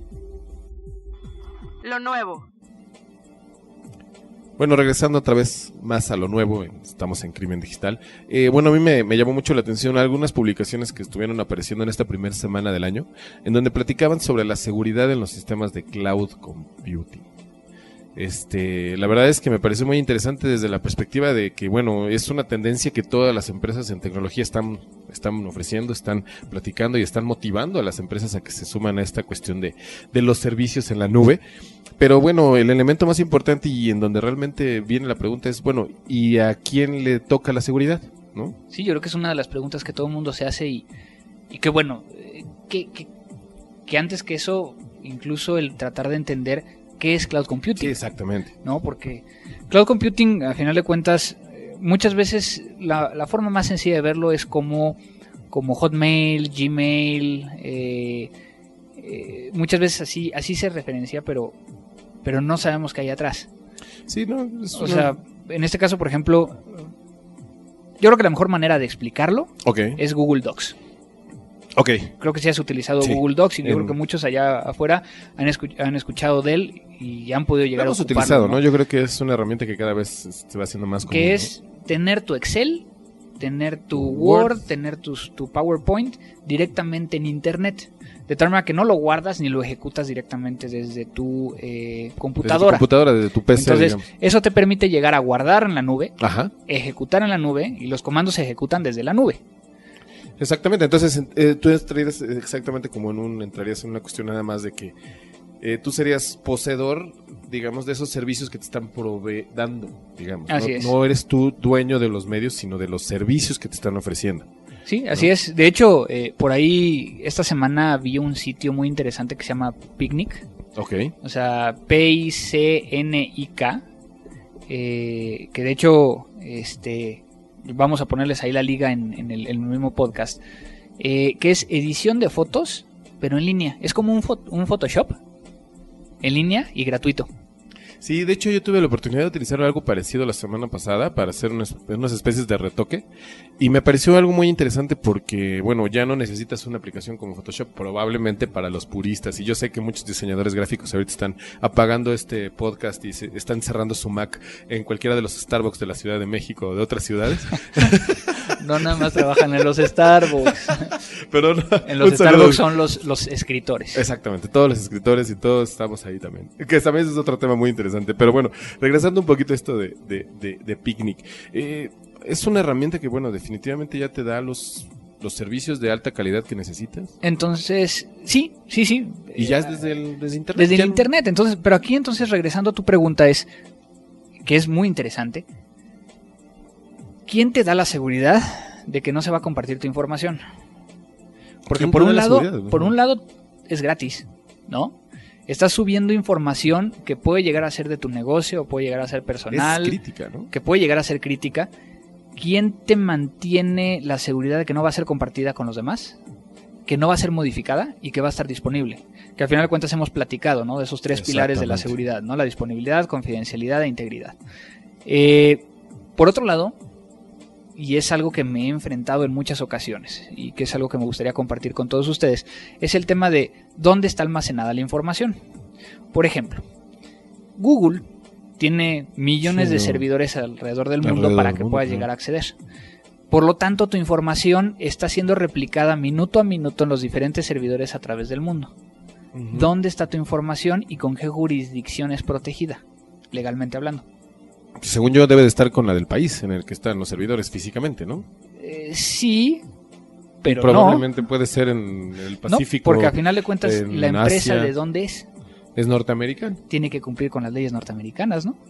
Lo nuevo. Bueno, regresando otra vez más a lo nuevo, estamos en Crimen Digital. Bueno, a mí me llamó mucho la atención algunas publicaciones que estuvieron apareciendo en esta primera semana del año, en donde platicaban sobre la seguridad en los sistemas de cloud computing. La verdad es que me parece muy interesante desde la perspectiva de que, bueno, es una tendencia que todas las empresas en tecnología están ofreciendo, están platicando y están motivando a las empresas a que se suman a esta cuestión de los servicios en la nube. Pero bueno, el elemento más importante y en donde realmente viene la pregunta es, bueno, ¿y a quién le toca la seguridad? ¿No? Sí, yo creo que es una de las preguntas que todo el mundo se hace y que bueno, que antes que eso, incluso el tratar de entender ¿qué es cloud computing? Sí, exactamente. ¿No? Porque cloud computing, a final de cuentas, muchas veces la forma más sencilla de verlo es como Hotmail, Gmail, muchas veces así se referencia, pero no sabemos qué hay atrás. Sí, no. O sea, en este caso, por ejemplo, yo creo que la mejor manera de explicarlo es Google Docs. Creo que sí has utilizado Google Docs y yo creo que muchos allá afuera han escuchado de él y han podido llegar a ocuparlo. Utilizado, ¿no? Yo creo que es una herramienta que cada vez se va haciendo más común. Que es tener tu Excel tener tu Word, tener tu PowerPoint directamente en Internet. De tal manera que no lo guardas ni lo ejecutas directamente desde tu computadora. Desde tu PC. Entonces, digamos, eso te permite llegar a guardar en la nube, ajá, ejecutar en la nube, y los comandos se ejecutan desde la nube. Exactamente, entonces tú entrarías exactamente como entrarías en una cuestión nada más de que tú serías poseedor, digamos, de esos servicios que te están dando, digamos. Así es. No eres tú dueño de los medios, sino de los servicios que te están ofreciendo. Sí, así es. De hecho, por ahí esta semana vi un sitio muy interesante que se llama Picnic. Ok. O sea, Picnik. Que de hecho, vamos a ponerles ahí la liga en el mismo podcast. Que es edición de fotos, pero en línea. Es como un Photoshop en línea y gratuito. Sí, de hecho yo tuve la oportunidad de utilizar algo parecido la semana pasada para hacer unas especies de retoque y me pareció algo muy interesante porque, bueno, ya no necesitas una aplicación como Photoshop probablemente para los puristas, y yo sé que muchos diseñadores gráficos ahorita están apagando este podcast y están cerrando su Mac en cualquiera de los Starbucks de la Ciudad de México o de otras ciudades. No nada más trabajan en los Starbucks. Pero no, en los Starbucks son los escritores. Exactamente, todos los escritores y todos estamos ahí también. Que también es otro tema muy interesante. Pero bueno, regresando un poquito a esto de Picnic. Es una herramienta que, bueno, definitivamente ya te da los servicios de alta calidad que necesitas. Entonces, sí. Y ya es desde Internet. Desde el Internet. Entonces, pero aquí entonces, regresando a tu pregunta, que es muy interesante. ¿Quién te da la seguridad de que no se va a compartir tu información? Porque por un lado es gratis, ¿no? Estás subiendo información que puede llegar a ser de tu negocio, o puede llegar a ser personal. Es crítica, ¿no? Que puede llegar a ser crítica. ¿Quién te mantiene la seguridad de que no va a ser compartida con los demás? Que no va a ser modificada y que va a estar disponible. Que al final de cuentas hemos platicado, ¿no? De esos 3 pilares de la seguridad, ¿no? La disponibilidad, confidencialidad e integridad. Por otro lado, y es algo que me he enfrentado en muchas ocasiones y que es algo que me gustaría compartir con todos ustedes, es el tema de dónde está almacenada la información. Por ejemplo, Google tiene millones de servidores alrededor del mundo para que puedas llegar a acceder. Por lo tanto, tu información está siendo replicada minuto a minuto en los diferentes servidores a través del mundo. ¿Dónde está tu información y con qué jurisdicción es protegida, legalmente hablando? Según yo, debe de estar con la del país en el que están los servidores físicamente, ¿no? Sí, pero probablemente puede ser en el Pacífico. No, porque al final de cuentas, la empresa, Asia, ¿de dónde es? Es norteamericana. Tiene que cumplir con las leyes norteamericanas, ¿no?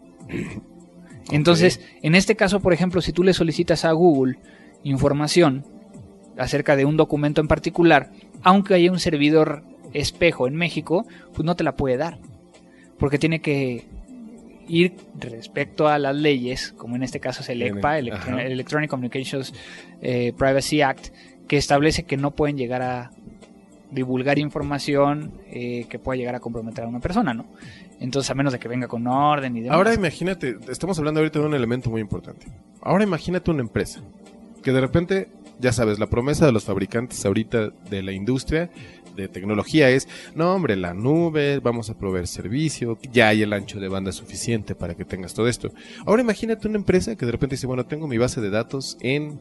Entonces, en este caso, por ejemplo, si tú le solicitas a Google información acerca de un documento en particular, aunque haya un servidor espejo en México, pues no te la puede dar. Porque tiene que ir respecto a las leyes, como en este caso es el ECPA, el Electronic Communications Privacy Act, que establece que no pueden llegar a divulgar información que pueda llegar a comprometer a una persona, ¿no? Entonces, a menos de que venga con orden y demás. Ahora imagínate, estamos hablando ahorita de un elemento muy importante. Ahora imagínate una empresa que de repente, ya sabes, la promesa de los fabricantes ahorita de la industria de tecnología es, no hombre, la nube, vamos a proveer servicio, ya hay el ancho de banda suficiente para que tengas todo esto. Ahora imagínate una empresa que de repente dice, bueno, tengo mi base de datos en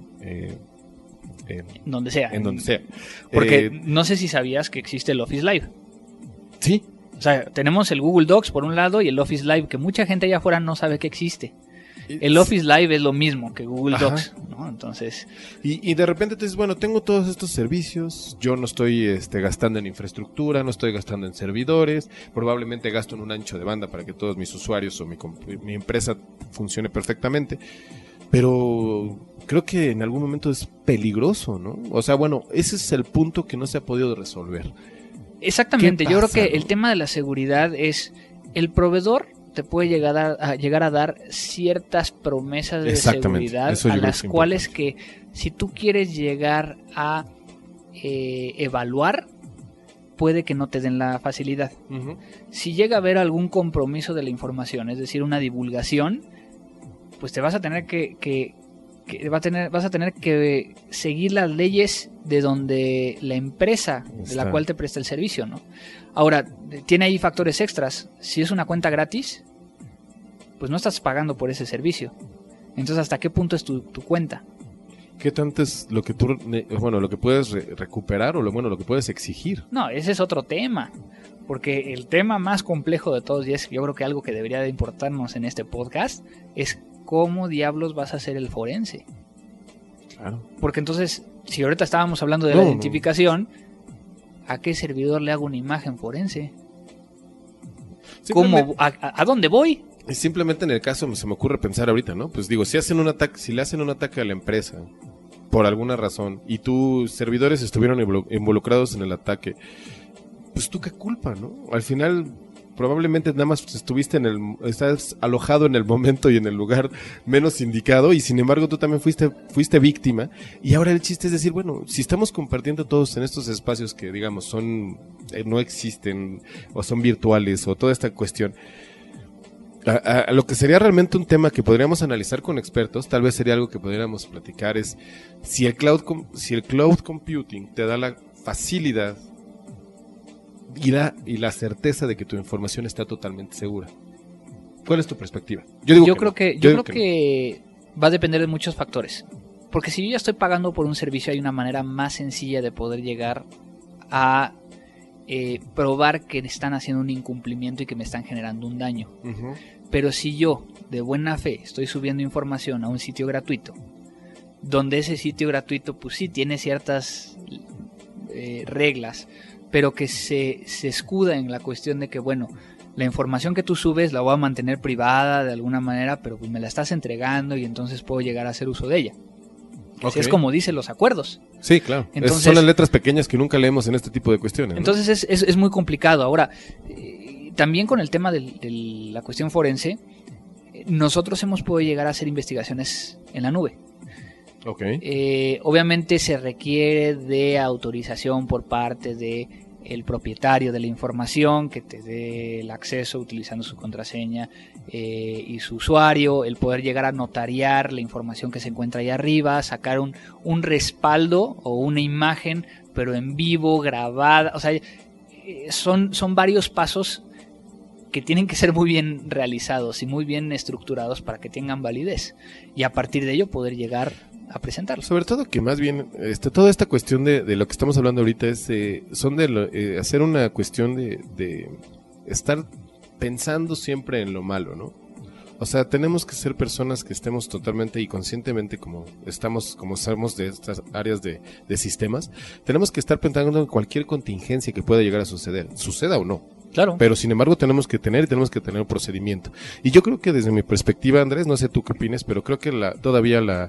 donde sea. En donde sea. Porque no sé si sabías que existe el Office Live. Sí. O sea, tenemos el Google Docs por un lado y el Office Live, que mucha gente allá afuera no sabe que existe. El Office Live es lo mismo que Google Docs, ¿no? Entonces... Y de repente te dices, bueno, tengo todos estos servicios, yo no estoy gastando en infraestructura, no estoy gastando en servidores, probablemente gasto en un ancho de banda para que todos mis usuarios o mi empresa funcione perfectamente, pero creo que en algún momento es peligroso, ¿no? O sea, bueno, ese es el punto que no se ha podido resolver. Exactamente, yo creo que el tema de la seguridad es el proveedor te puede llegar a dar ciertas promesas de seguridad a las cuales que si tú quieres llegar a evaluar, puede que no te den la facilidad. Si llega a haber algún compromiso de la información, es decir, una divulgación, pues te vas a tener vas a tener que seguir las leyes de donde la empresa de la cual te presta el servicio, ¿no? Ahora, tiene ahí factores extras. Si es una cuenta gratis, pues no estás pagando por ese servicio. Entonces, ¿hasta qué punto es tu cuenta? ¿Qué tanto es lo que tú, bueno, lo que puedes recuperar o lo que puedes exigir? No, ese es otro tema. Porque el tema más complejo de todos, y es yo creo que algo que debería de importarnos en este podcast, es cómo diablos vas a hacer el forense. Claro. Porque entonces, si ahorita estábamos hablando de la identificación, ¿a qué servidor le hago una imagen forense? ¿Cómo, a dónde voy? Simplemente en el caso se me ocurre pensar ahorita, ¿no? Pues digo, si le hacen un ataque a la empresa por alguna razón y tus servidores estuvieron involucrados en el ataque, pues tú qué culpa, ¿no? Al final probablemente nada más estás alojado en el momento y en el lugar menos indicado, y sin embargo tú también fuiste víctima, y ahora el chiste es decir, bueno, si estamos compartiendo todos en estos espacios que digamos no existen o son virtuales o toda esta cuestión, a lo que sería realmente un tema que podríamos analizar con expertos, tal vez sería algo que podríamos platicar, es si el cloud computing te da la facilidad y la certeza de que tu información está totalmente segura. ¿Cuál es tu perspectiva? Yo creo que va a depender de muchos factores. Porque si yo ya estoy pagando por un servicio, hay una manera más sencilla de poder llegar a probar que están haciendo un incumplimiento y que me están generando un daño. Uh-huh. Pero si yo, de buena fe, estoy subiendo información a un sitio gratuito, donde ese sitio gratuito pues sí tiene ciertas reglas, pero que se escuda en la cuestión de que, bueno, la información que tú subes la voy a mantener privada de alguna manera, pero pues me la estás entregando y entonces puedo llegar a hacer uso de ella. Okay. Así es como dicen los acuerdos. Sí, claro. Entonces, son las letras pequeñas que nunca leemos en este tipo de cuestiones, ¿no? Entonces es muy complicado. Ahora, también con el tema de la cuestión forense, nosotros hemos podido llegar a hacer investigaciones en la nube. Okay. Obviamente se requiere de autorización por parte de el propietario de la información, que te dé el acceso utilizando su contraseña y su usuario, el poder llegar a notariar la información que se encuentra ahí arriba, sacar un respaldo o una imagen, pero en vivo, grabada. O sea, son varios pasos que tienen que ser muy bien realizados y muy bien estructurados para que tengan validez, y a partir de ello poder llegar a presentarlo. Sobre todo que más bien toda esta cuestión de lo que estamos hablando ahorita es hacer una cuestión de estar pensando siempre en lo malo, ¿no? O sea, tenemos que ser personas que estemos totalmente y conscientemente como somos de estas áreas de sistemas, tenemos que estar pensando en cualquier contingencia que pueda llegar a suceder, suceda o no. Claro. Pero sin embargo tenemos que tener un procedimiento. Y yo creo que desde mi perspectiva, Andrés, no sé tú qué opinas, pero creo que todavía la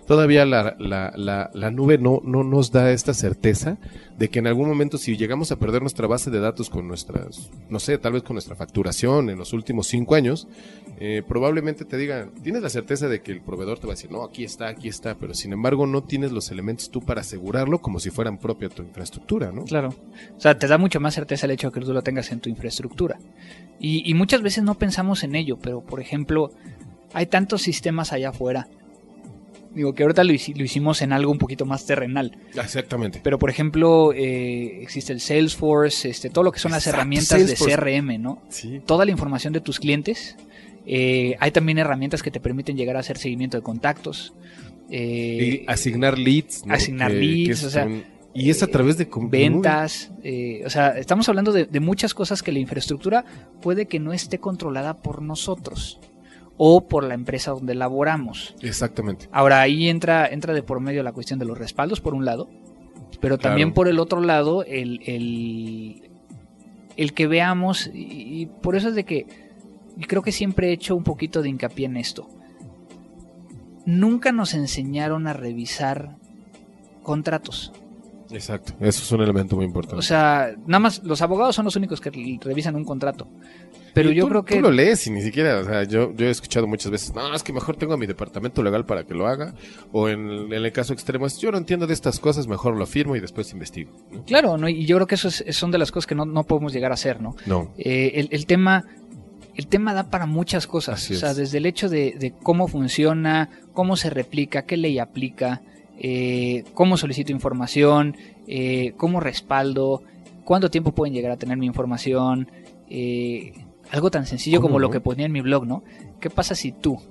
nube no nos da esta certeza de que en algún momento, si llegamos a perder nuestra base de datos con nuestras, no sé, tal vez con nuestra facturación en los últimos 5 años, probablemente te digan, tienes la certeza de que el proveedor te va a decir, no, aquí está, pero sin embargo no tienes los elementos tú para asegurarlo como si fueran propia tu infraestructura, ¿no? Claro. O sea, te da mucho más certeza el hecho de que tú lo tengas en tu infraestructura. Y muchas veces no pensamos en ello, pero por ejemplo, hay tantos sistemas allá afuera. Digo que ahorita lo hicimos en algo un poquito más terrenal. Exactamente. Pero por ejemplo, existe el Salesforce, todo lo que son las herramientas Salesforce de CRM, ¿no? Sí. Toda la información de tus clientes. Hay también herramientas que te permiten llegar a hacer seguimiento de contactos. Y asignar leads, ¿no? Leads, o sea... Y es a través de ventas, o sea, estamos hablando de muchas cosas que la infraestructura puede que no esté controlada por nosotros o por la empresa donde laboramos. Exactamente. Ahora ahí entra de por medio la cuestión de los respaldos por un lado, pero también por el otro lado el que veamos, y por eso es de que y creo que siempre he hecho un poquito de hincapié en esto. Nunca nos enseñaron a revisar contratos. Exacto, eso es un elemento muy importante. O sea, nada más los abogados son los únicos que revisan un contrato. Pero yo creo que... Tú lo lees y ni siquiera, o sea, yo he escuchado muchas veces, no, es que mejor tengo a mi departamento legal para que lo haga, o en el caso extremo es, yo no entiendo de estas cosas, mejor lo firmo y después investigo, ¿no? Claro, ¿no? Y yo creo que eso son de las cosas que no podemos llegar a hacer, ¿no? No. El tema da para muchas cosas. Así o sea, es. desde el hecho de cómo funciona, cómo se replica, qué ley aplica, cómo solicito información, cómo respaldo, cuánto tiempo pueden llegar a tener mi información, algo tan sencillo como lo que ponía en mi blog, ¿no? ¿Qué pasa si tú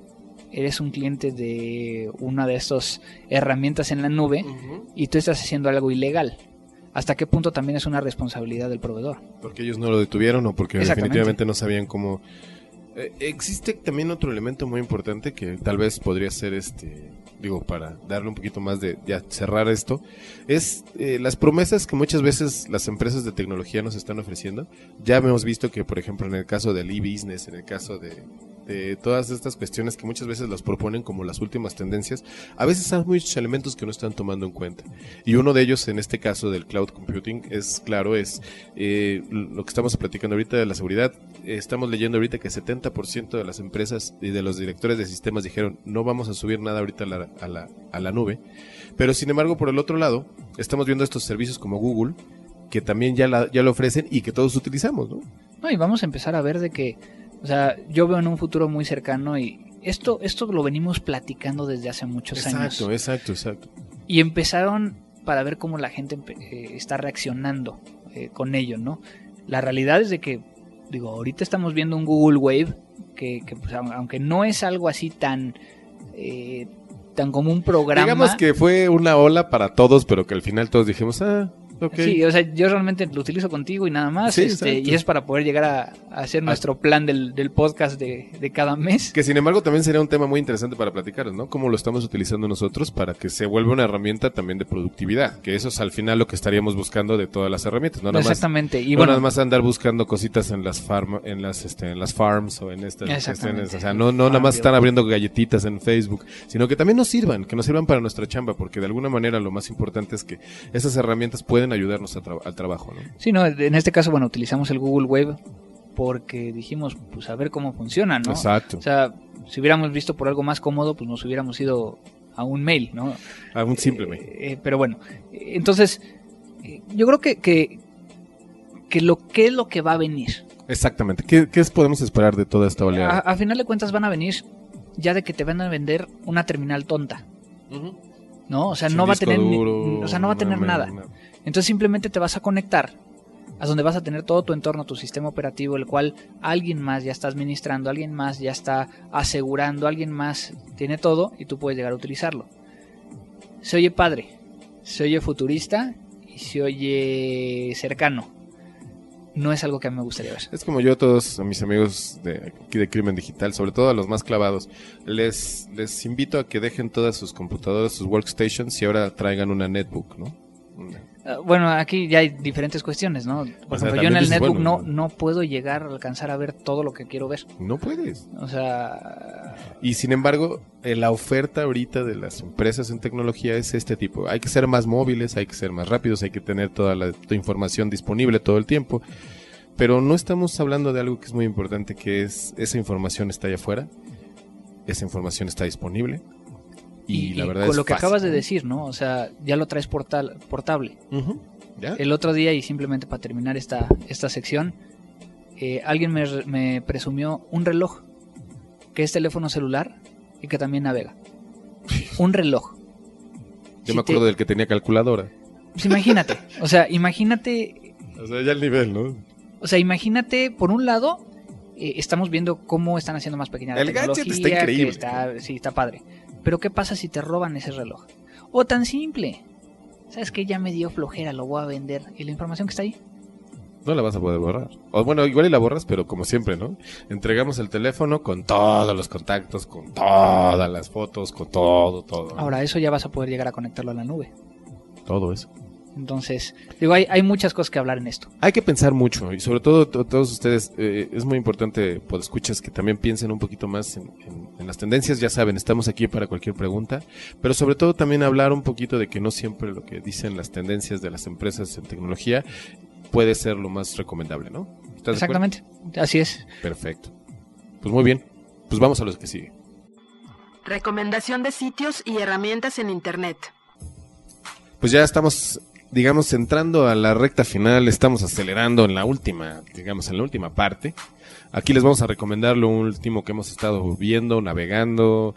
eres un cliente de una de estas herramientas en la nube y tú estás haciendo algo ilegal. ¿Hasta qué punto también es una responsabilidad del proveedor? Porque ellos no lo detuvieron o porque definitivamente no sabían cómo... existe también otro elemento muy importante que tal vez podría ser para darle un poquito más de ya cerrar esto, es las promesas que muchas veces las empresas de tecnología nos están ofreciendo. Ya hemos visto que, por ejemplo, en el caso del e-business, en el caso de todas estas cuestiones que muchas veces las proponen como las últimas tendencias, a veces hay muchos elementos que no están tomando en cuenta. Y uno de ellos, en este caso del cloud computing, es lo que estamos platicando ahorita de la seguridad. Estamos leyendo ahorita que 70% de las empresas y de los directores de sistemas dijeron no vamos a subir nada ahorita a la nube. Pero sin embargo, por el otro lado, estamos viendo estos servicios como Google, que también ya lo ofrecen y que todos utilizamos, ¿no? No, y vamos a empezar a ver de que, o sea, yo veo en un futuro muy cercano y esto lo venimos platicando desde hace muchos años. Exacto. Y empezaron para ver cómo la gente está reaccionando con ello, ¿no? La realidad es de que, ahorita estamos viendo un Google Wave que pues, aunque no es algo así tan como un programa. Digamos que fue una ola para todos, pero que al final todos dijimos, okay. Sí, o sea, yo realmente lo utilizo contigo y nada más, sí, y es para poder llegar a hacer nuestro plan del podcast de cada mes. Que sin embargo también sería un tema muy interesante para platicar, ¿no? Cómo lo estamos utilizando nosotros para que se vuelva una herramienta también de productividad, que eso es al final lo que estaríamos buscando de todas las herramientas, no nada exactamente. Más, y no nada más andar buscando cositas en las farms o en estas cuestiones, o sea, no nada más estar abriendo galletitas en Facebook, sino que también nos sirvan para nuestra chamba, porque de alguna manera lo más importante es que esas herramientas pueden ayudarnos al trabajo, ¿no? Sí, no, en este caso, utilizamos el Google Wave porque dijimos, pues a ver cómo funciona, ¿no? Exacto. O sea, si hubiéramos visto por algo más cómodo, pues nos hubiéramos ido a un mail, ¿no? A un simple mail. Pero bueno, entonces, yo creo que ¿qué es lo que va a venir? Exactamente. ¿Qué podemos esperar de toda esta oleada? A final de cuentas van a venir ya de que te van a vender una terminal tonta. ¿No? O sea, no va a tener nada. Entonces simplemente te vas a conectar a donde vas a tener todo tu entorno, tu sistema operativo, el cual alguien más ya está administrando, alguien más ya está asegurando, alguien más tiene todo y tú puedes llegar a utilizarlo. Se oye padre, se oye futurista y se oye cercano. No es algo que a mí me gustaría ver. Es como yo a todos a mis amigos de aquí de Crimen Digital, sobre todo a los más clavados, les invito a que dejen todas sus computadoras, sus workstations y ahora traigan una netbook, ¿no? Bueno, aquí ya hay diferentes cuestiones, ¿no? Por ejemplo, yo en el netbook no puedo llegar a alcanzar a ver todo lo que quiero ver. No puedes. O sea... Y sin embargo, la oferta ahorita de las empresas en tecnología es este tipo. Hay que ser más móviles, hay que ser más rápidos, hay que tener toda la información disponible todo el tiempo. Pero no estamos hablando de algo que es muy importante, que es esa información está allá afuera, esa información está disponible. Y la verdad con es lo que fácil, acabas de decir, ¿no? O sea, ya lo traes portable. ¿Ya? El otro día, y simplemente para terminar esta sección, alguien me presumió un reloj que es teléfono celular y que también navega. Un reloj. Yo me acuerdo del que tenía calculadora. Pues imagínate. O sea, ya el nivel, ¿no? O sea, imagínate, por un lado, estamos viendo cómo están haciendo más pequeña la tecnología. El gadget está increíble. Sí, está padre. Pero ¿qué pasa si te roban ese reloj? O tan simple. ¿Sabes qué? Ya me dio flojera, lo voy a vender. ¿Y la información que está ahí? No la vas a poder borrar. O bueno, igual y la borras, pero como siempre, ¿no? Entregamos el teléfono con todos los contactos, con todas las fotos, con todo. Ahora, eso ya vas a poder llegar a conectarlo a la nube. Todo eso. Entonces, hay muchas cosas que hablar en esto. Hay que pensar mucho, y sobre todo todos ustedes, es muy importante, podescuchas, que también piensen un poquito más en las tendencias. Ya saben, estamos aquí para cualquier pregunta, pero sobre todo también hablar un poquito de que no siempre lo que dicen las tendencias de las empresas en tecnología puede ser lo más recomendable, ¿no? ¿Estás Exactamente, de acuerdo? Así es. Perfecto. Pues muy bien, pues vamos a los que sigue. Recomendación de sitios y herramientas en Internet. Pues ya estamos, digamos, entrando a la recta final, estamos acelerando en la última parte. Aquí les vamos a recomendar lo último que hemos estado viendo, navegando,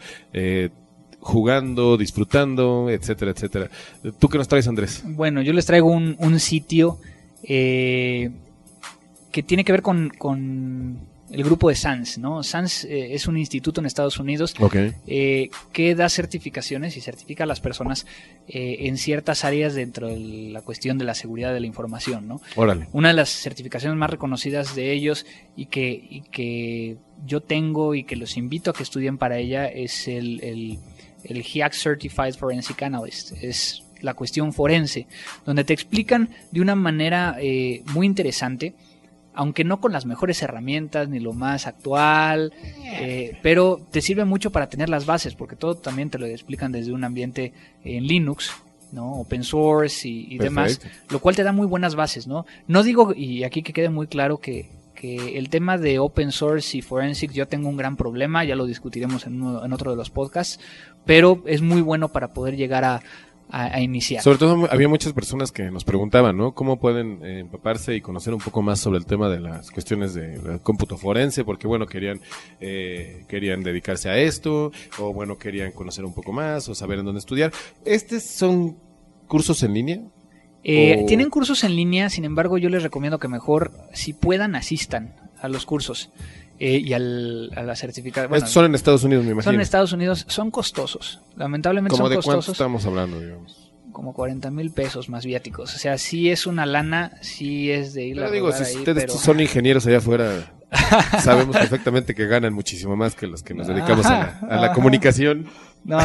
jugando, disfrutando, etcétera, etcétera. ¿Tú qué nos traes, Andrés? Bueno, yo les traigo un sitio que tiene que ver con el grupo de SANS, ¿no? SANS es un instituto en Estados Unidos que da certificaciones y certifica a las personas en ciertas áreas dentro de la cuestión de la seguridad de la información, ¿no? Órale. Una de las certificaciones más reconocidas de ellos y que yo tengo y que los invito a que estudien para ella es el HIAC Certified Forensic Analyst. Es la cuestión forense, donde te explican de una manera muy interesante, aunque no con las mejores herramientas ni lo más actual, pero te sirve mucho para tener las bases, porque todo también te lo explican desde un ambiente en Linux, ¿no? Open source y demás, lo cual te da muy buenas bases, ¿no? No digo, y aquí que quede muy claro que el tema de open source y forensics, yo tengo un gran problema, ya lo discutiremos en otro de los podcasts, pero es muy bueno para poder llegar a iniciar. Sobre todo había muchas personas que nos preguntaban, ¿no? ¿Cómo pueden empaparse y conocer un poco más sobre el tema de las cuestiones de cómputo forense? Porque, bueno, querían dedicarse a esto, o bueno, querían conocer un poco más, o saber en dónde estudiar. ¿Estos son cursos en línea? Tienen cursos en línea, sin embargo, yo les recomiendo que mejor, si puedan, asistan a los cursos. Y a la certificación. Bueno, son en Estados Unidos, me imagino. Son en Estados Unidos, son costosos. Lamentablemente son costosos. ¿Cómo de cuánto estamos hablando, digamos? Como 40,000 pesos más viáticos. O sea, sí es una lana, sí es de ir a digo, si ahí, ustedes son ingenieros allá afuera, sabemos perfectamente que ganan muchísimo más que los que nos dedicamos a la comunicación. No.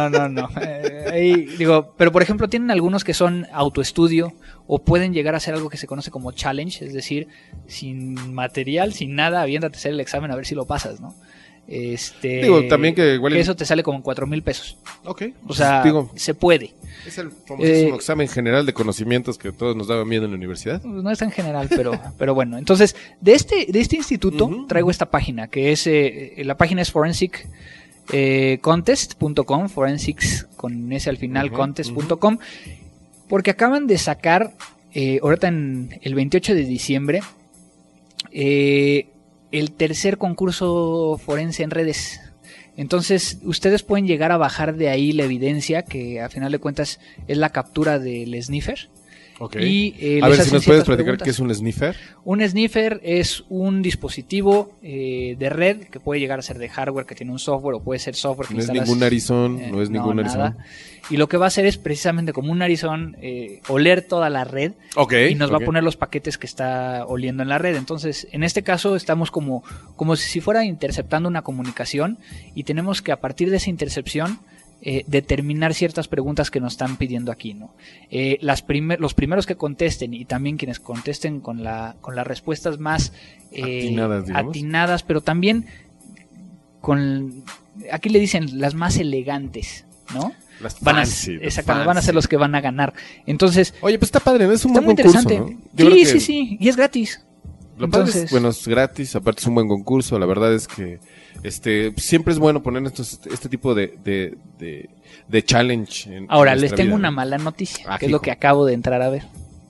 Digo, pero por ejemplo, tienen algunos que son autoestudio o pueden llegar a hacer algo que se conoce como challenge, es decir, sin material, sin nada, aviéntate a hacer el examen a ver si lo pasas, ¿no? Digo, también que igual eso te sale como 4,000 pesos. Ok. O sea, se puede. Es el famosísimo examen general de conocimientos que todos nos daban miedo en la universidad. No es tan general, pero bueno. Entonces, de este instituto traigo esta página, que es, la página es forensic contest.com, forensics con S al final, contest.com, porque acaban de sacar, ahorita en el 28 de diciembre, el tercer concurso forense en redes. Entonces, ustedes pueden llegar a bajar de ahí la evidencia, que a final de cuentas es la captura del sniffer. Okay. Y, a ver si nos puedes platicar qué es un sniffer. Un sniffer es un dispositivo de red que puede llegar a ser de hardware, que tiene un software, o puede ser software que no instalas. No es ningún narizón. Y lo que va a hacer es precisamente como un narizón, oler toda la red, y nos va a poner los paquetes que está oliendo en la red. Entonces, en este caso estamos como si fuera interceptando una comunicación, y tenemos que, a partir de esa intercepción, determinar ciertas preguntas que nos están pidiendo aquí, ¿no? Los primeros que contesten, y también quienes contesten con las respuestas más atinadas, pero también aquí le dicen las más elegantes, ¿no? Las van fancy, van a ser los que van a ganar. Entonces, oye, pues está padre, ¿no? Es un muy buen interesante. Concurso, ¿no? Sí, y es gratis. Lo padre es, bueno, es gratis, aparte es un buen concurso. La verdad es que siempre es bueno poner este tipo de challenge. Ahora, les tengo una mala noticia, que es lo que acabo de entrar a ver.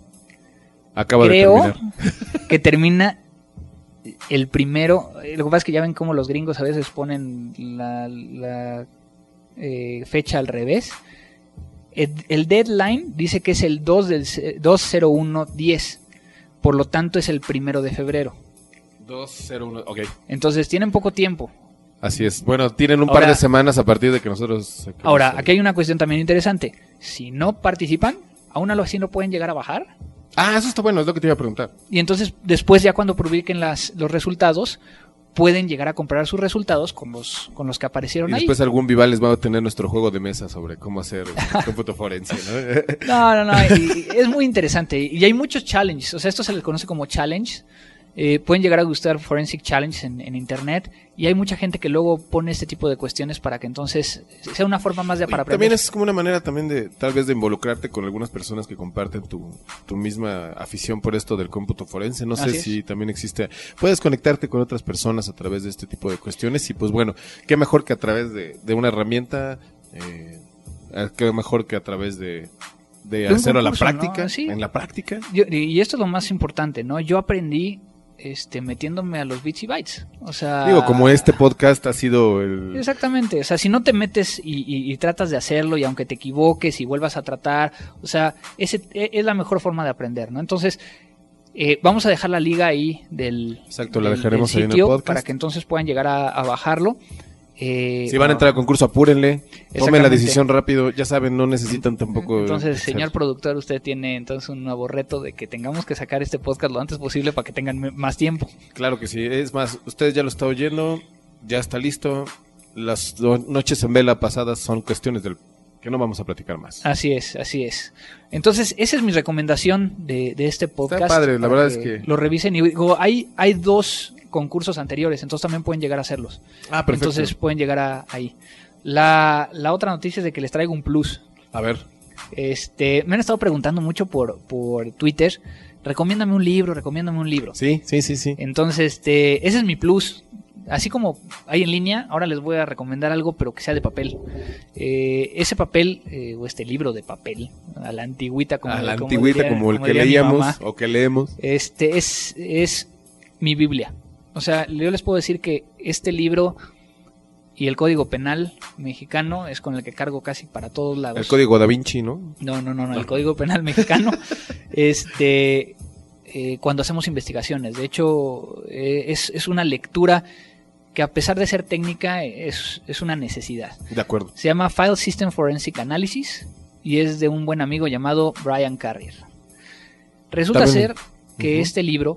Creo que termina el primero. Lo que pasa es que ya ven cómo los gringos a veces ponen la fecha al revés. El deadline dice que es el 2/01/10. Por lo tanto, es el 1 de febrero. 2/01, ok. Entonces, tienen poco tiempo. Así es. Bueno, tienen un par de semanas a partir de que nosotros... Ahora, aquí hay una cuestión también interesante. Si no participan, aún así no pueden llegar a bajar. Eso está bueno, es lo que te iba a preguntar. Y entonces, después ya cuando publiquen los resultados, pueden llegar a comprar sus resultados con los que aparecieron ahí. Y después algún Vival les va a tener nuestro juego de mesa sobre cómo hacer cómputo forense, ¿no? No, es muy interesante. Y hay muchos challenges, o sea, esto se les conoce como challenge. Pueden llegar a gustar Forensic Challenge en internet, y hay mucha gente que luego pone este tipo de cuestiones para que entonces sea una forma más para aprender. También es como una manera también de tal vez de involucrarte con algunas personas que comparten tu misma afición por esto del cómputo forense. No sé si también existe, puedes conectarte con otras personas a través de este tipo de cuestiones, y pues bueno, qué mejor que a través de una herramienta, qué mejor que a través de hacerlo a la práctica, ¿no? Sí. En la práctica. Y esto es lo más importante, ¿no? Yo aprendí metiéndome a los bits y bytes. O sea, digo, como este podcast ha sido el... Exactamente, o sea, si no te metes y tratas de hacerlo, y aunque te equivoques y vuelvas a tratar, o sea, es la mejor forma de aprender, ¿no? Entonces, Vamos a dejar la liga ahí del, exacto, la dejaremos del ahí en sitio el podcast para que entonces puedan llegar a bajarlo. Si van a entrar al concurso, apúrenle, tomen la decisión rápido, ya saben, no necesitan tampoco... Entonces, señor productor, usted tiene entonces un nuevo reto de que tengamos que sacar este podcast lo antes posible para que tengan más tiempo. Claro que sí, es más, ustedes ya lo están oyendo, ya está listo, las noches en vela pasadas son cuestiones del que no vamos a platicar más. Así es, así es. Entonces, esa es mi recomendación de este podcast. Está padre, la verdad es que... Lo revisen y digo, hay 2 concursos anteriores, entonces también pueden llegar a hacerlos. Ah, perfecto. Entonces pueden llegar ahí. La otra noticia es de que les traigo un plus. A ver. Me han estado preguntando mucho por Twitter, recomiéndame un libro. Sí. Entonces, ese es mi plus. Así como hay en línea, ahora les voy a recomendar algo, pero que sea de papel. Ese papel, o este libro de papel, a la antigüita, como el que leíamos o que leemos. Es mi Biblia. O sea, yo les puedo decir que este libro y el Código Penal mexicano es con el que cargo casi para todos lados. El Código Da Vinci, ¿no? No, el Código Penal mexicano. Cuando hacemos investigaciones. De hecho, es una lectura que a pesar de ser técnica es una necesidad. De acuerdo. Se llama File System Forensic Analysis y es de un buen amigo llamado Brian Carrier. Resulta ser que este libro,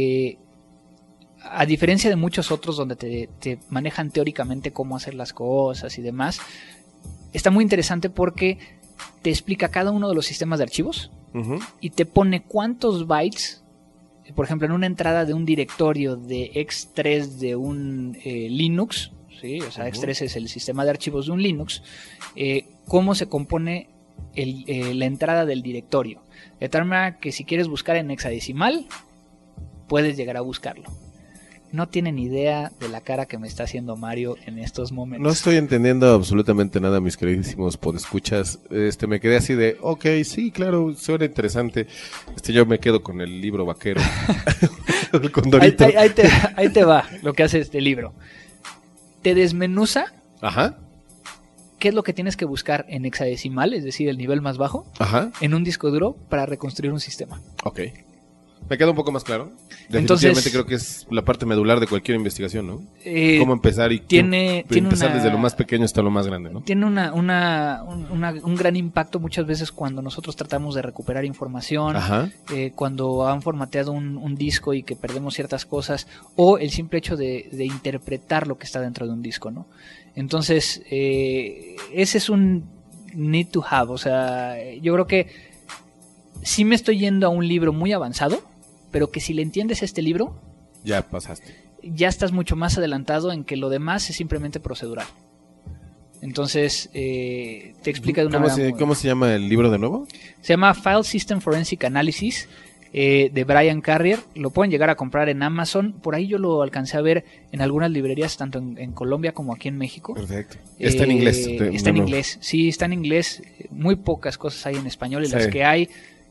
a diferencia de muchos otros donde te manejan teóricamente cómo hacer las cosas y demás, está muy interesante porque te explica cada uno de los sistemas de archivos y te pone cuántos bytes, por ejemplo, en una entrada de un directorio de X3 de un Linux, ¿sí? O sea, X3 es el sistema de archivos de un Linux, cómo se compone la entrada del directorio. De tal manera que si quieres buscar en hexadecimal, puedes llegar a buscarlo. No tienen idea de la cara que me está haciendo Mario en estos momentos. No estoy entendiendo absolutamente nada, mis queridísimos podescuchas. Me quedé así de, ok, sí, claro, suena interesante. Yo me quedo con el libro vaquero. El condorito. Ahí te va lo que hace este libro. Te desmenuza. Ajá. ¿Qué es lo que tienes que buscar en hexadecimal, es decir, el nivel más bajo, ajá, en un disco duro para reconstruir un sistema? Ok. Me queda un poco más claro. Definitivamente entonces, creo que es la parte medular de cualquier investigación, ¿no? Cómo empezar y empezar desde lo más pequeño hasta lo más grande, ¿no? Tiene un gran impacto muchas veces cuando nosotros tratamos de recuperar información, cuando han formateado un disco y que perdemos ciertas cosas, o el simple hecho de interpretar lo que está dentro de un disco, ¿no? Entonces, ese es un need to have. O sea, yo creo que sí me estoy yendo a un libro muy avanzado, pero que si le entiendes este libro, ya pasaste. Ya estás mucho más adelantado en que lo demás es simplemente procedural. Entonces, te explica de una manera ¿Cómo se llama el libro de nuevo? Se llama File System Forensic Analysis, de Brian Carrier. Lo pueden llegar a comprar en Amazon. Por ahí yo lo alcancé a ver en algunas librerías, tanto en Colombia como aquí en México. Perfecto. Está en inglés. Está en inglés. Sí, está en inglés. Muy pocas cosas hay en español y las que hay...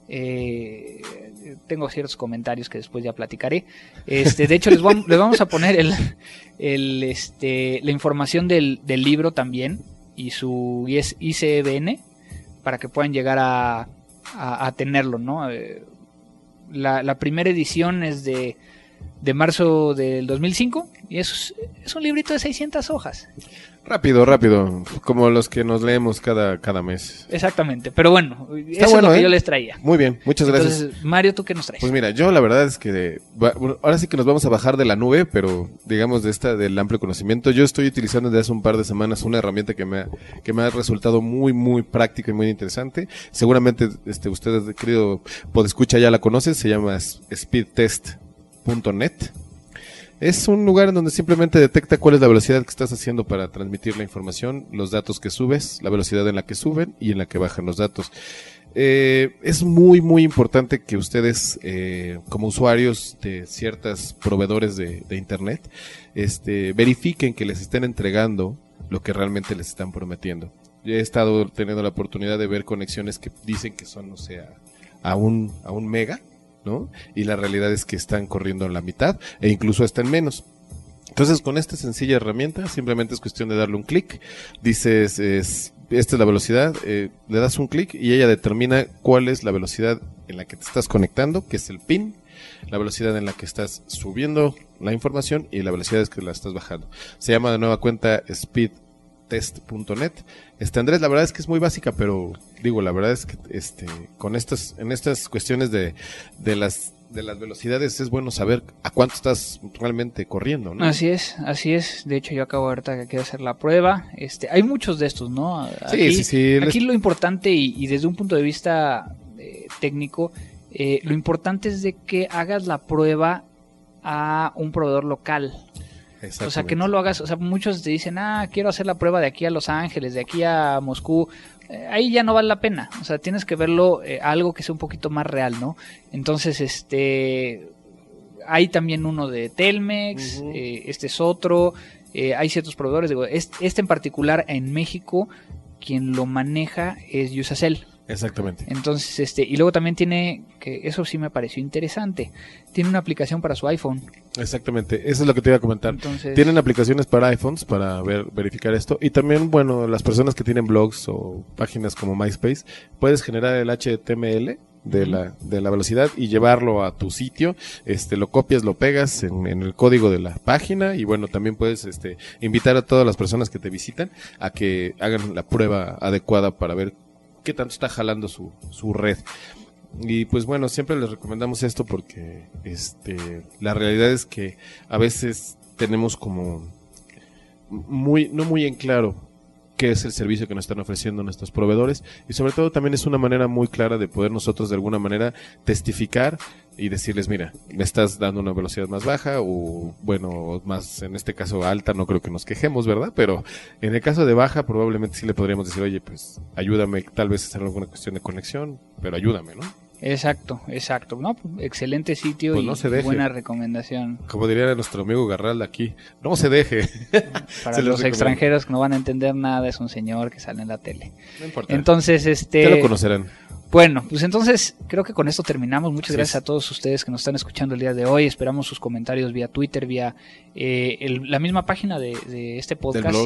tengo ciertos comentarios que después ya platicaré. De hecho, les vamos a poner la información del libro también y su ISBN para que puedan llegar a tenerlo, ¿no? La primera edición es de marzo del 2005 y es un librito de 600 hojas. Rápido, como los que nos leemos cada mes. Exactamente, pero bueno, eso es lo que yo les traía. Muy bien, muchas gracias. Entonces, Mario, ¿tú qué nos traes? Pues mira, yo la verdad es que ahora sí que nos vamos a bajar de la nube, pero digamos del amplio conocimiento. Yo estoy utilizando desde hace un par de semanas una herramienta que me ha resultado muy, muy práctica y muy interesante. Seguramente ustedes, querido podescucha, ya la conocen, se llama speedtest.net. Es un lugar en donde simplemente detecta cuál es la velocidad que estás haciendo para transmitir la información, los datos que subes, la velocidad en la que suben y en la que bajan los datos. Es muy, muy importante que ustedes, como usuarios de ciertos proveedores de internet, verifiquen que les estén entregando lo que realmente les están prometiendo. Yo he estado teniendo la oportunidad de ver conexiones que dicen que son, o sea, a un mega, ¿no? Y la realidad es que están corriendo en la mitad e incluso hasta en menos. Entonces, con esta sencilla herramienta, simplemente es cuestión de darle un clic. Dices, esta es la velocidad, le das un clic y ella determina cuál es la velocidad en la que te estás conectando, que es el pin. la velocidad en la que estás subiendo la información y la velocidad es que la estás bajando. Se llama de nueva cuenta speedtest.net. Andrés, la verdad es que es muy básica, pero digo, la verdad es que en estas cuestiones de las velocidades es bueno saber a cuánto estás realmente corriendo, ¿no? Así es. De hecho, yo acabo ahorita que quiero hacer la prueba. Hay muchos de estos, ¿no? Aquí, sí. Aquí lo importante y desde un punto de vista técnico, lo importante es de que hagas la prueba a un proveedor local. O sea, que no lo hagas, o sea, muchos te dicen, quiero hacer la prueba de aquí a Los Ángeles, de aquí a Moscú. Ahí ya no vale la pena, o sea, tienes que verlo algo que sea un poquito más real, ¿no? Entonces, hay también uno de Telmex, este es otro, hay ciertos proveedores, digo, este en particular en México, quien lo maneja es Usacell. Exactamente. Entonces, y luego también tiene, que eso sí me pareció interesante, tiene una aplicación para su iPhone. Exactamente, eso es lo que te iba a comentar. Entonces, tienen aplicaciones para iPhones para verificar esto, y también, bueno, las personas que tienen blogs o páginas como MySpace, puedes generar el HTML de la velocidad y llevarlo a tu sitio, lo copias, lo pegas en el código de la página, y bueno, también puedes invitar a todas las personas que te visitan a que hagan la prueba adecuada para ver qué tanto está jalando su red. Y pues bueno, siempre les recomendamos esto porque la realidad es que a veces tenemos como no muy en claro qué es el servicio que nos están ofreciendo nuestros proveedores, y sobre todo también es una manera muy clara de poder nosotros de alguna manera testificar y decirles, mira, me estás dando una velocidad más baja o bueno, más en este caso alta, no creo que nos quejemos, ¿verdad? Pero en el caso de baja probablemente sí le podríamos decir, oye, pues ayúdame tal vez a hacer alguna cuestión de conexión, pero ayúdame, ¿no? Exacto. No, excelente sitio, pues no se deje. Buena recomendación. Como diría nuestro amigo Garral aquí, no se deje. Para los extranjeros que no van a entender nada, es un señor que sale en la tele. No importa. Entonces, ya lo conocerán. Bueno, pues entonces creo que con esto terminamos. Muchas gracias a todos ustedes que nos están escuchando el día de hoy. Esperamos sus comentarios vía Twitter, vía la misma página de este podcast,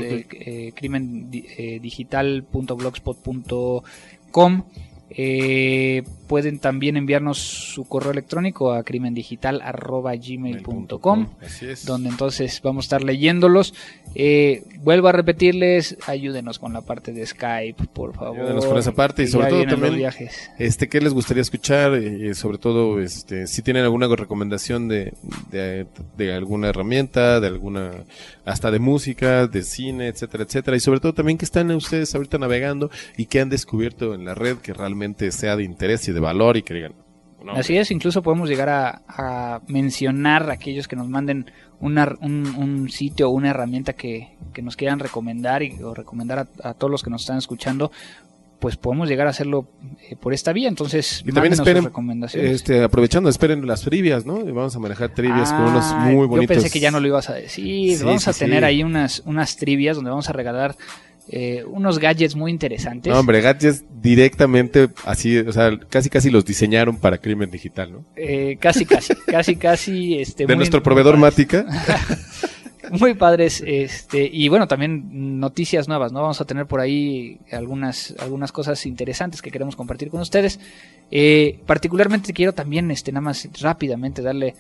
crimendigital.blogspot.com. Pueden también enviarnos su correo electrónico a crimendigital@gmail.com, donde entonces vamos a estar leyéndolos. Vuelvo a repetirles, ayúdenos con la parte de Skype, por favor. Ayúdenos con esa parte, y sobre todo también qué les gustaría escuchar, sobre todo si tienen alguna recomendación de alguna herramienta, de alguna, hasta de música, de cine, etcétera, etcétera, y sobre todo también que están ustedes ahorita navegando y que han descubierto en la red que realmente sea de interés y de valor, y que digan, no, así es. Incluso podemos llegar a mencionar a aquellos que nos manden un sitio o una herramienta que nos quieran recomendar o recomendar a todos los que nos están escuchando. Pues podemos llegar a hacerlo por esta vía. Entonces, y también esperen, recomendaciones. Aprovechando, esperen las trivias, ¿no? Vamos a manejar trivias con unos muy bonitos. Yo pensé que ya no lo ibas a decir. Vamos a tener ahí unas trivias donde vamos a regalar unos gadgets muy interesantes. No, hombre, gadgets directamente así, o sea, casi los diseñaron para Crimen Digital, ¿no? Casi. de nuestro proveedor Mática. Muy padres, y bueno, también noticias nuevas, ¿no? Vamos a tener por ahí algunas cosas interesantes que queremos compartir con ustedes. Particularmente quiero también, nada más rápidamente darle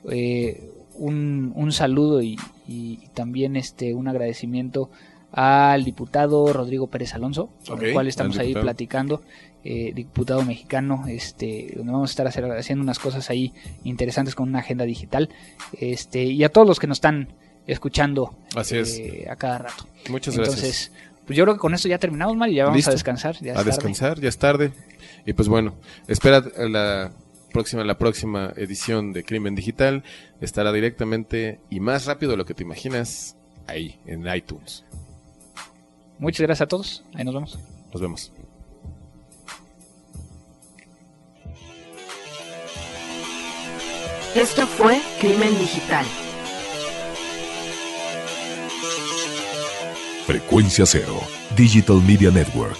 un saludo y también un agradecimiento al diputado Rodrigo Pérez Alonso, con el cual estamos ahí platicando, diputado mexicano, donde vamos a estar haciendo unas cosas ahí interesantes con una agenda digital, y a todos los que nos están escuchando a cada rato. Muchas gracias. Entonces, pues yo creo que con esto ya terminamos, Mario, ya vamos ¿Listo? a descansar. Ya es tarde. Y pues bueno, espera la próxima edición de Crimen Digital. Estará directamente y más rápido de lo que te imaginas ahí en iTunes. Muchas gracias a todos. Ahí nos vemos. Nos vemos. Esto fue Crimen Digital. Frecuencia Cero, Digital Media Network,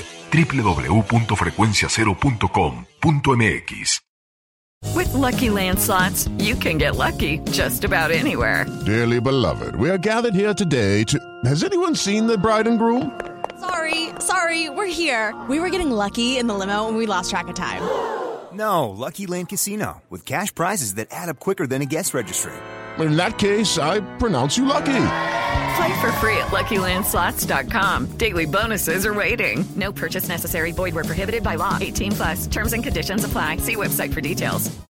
www.frecuenciacero.com.mx. With Lucky Land Slots, you can get lucky just about anywhere. Dearly beloved, we are gathered here today to... Has anyone seen the bride and groom? Sorry, we're here. We were getting lucky in the limo and we lost track of time. No, Lucky Land Casino, with cash prizes that add up quicker than a guest registry. In that case, I pronounce you lucky. Play for free at LuckyLandSlots.com. Daily bonuses are waiting. No purchase necessary. Void where prohibited by law. 18+. Terms and conditions apply. See website for details.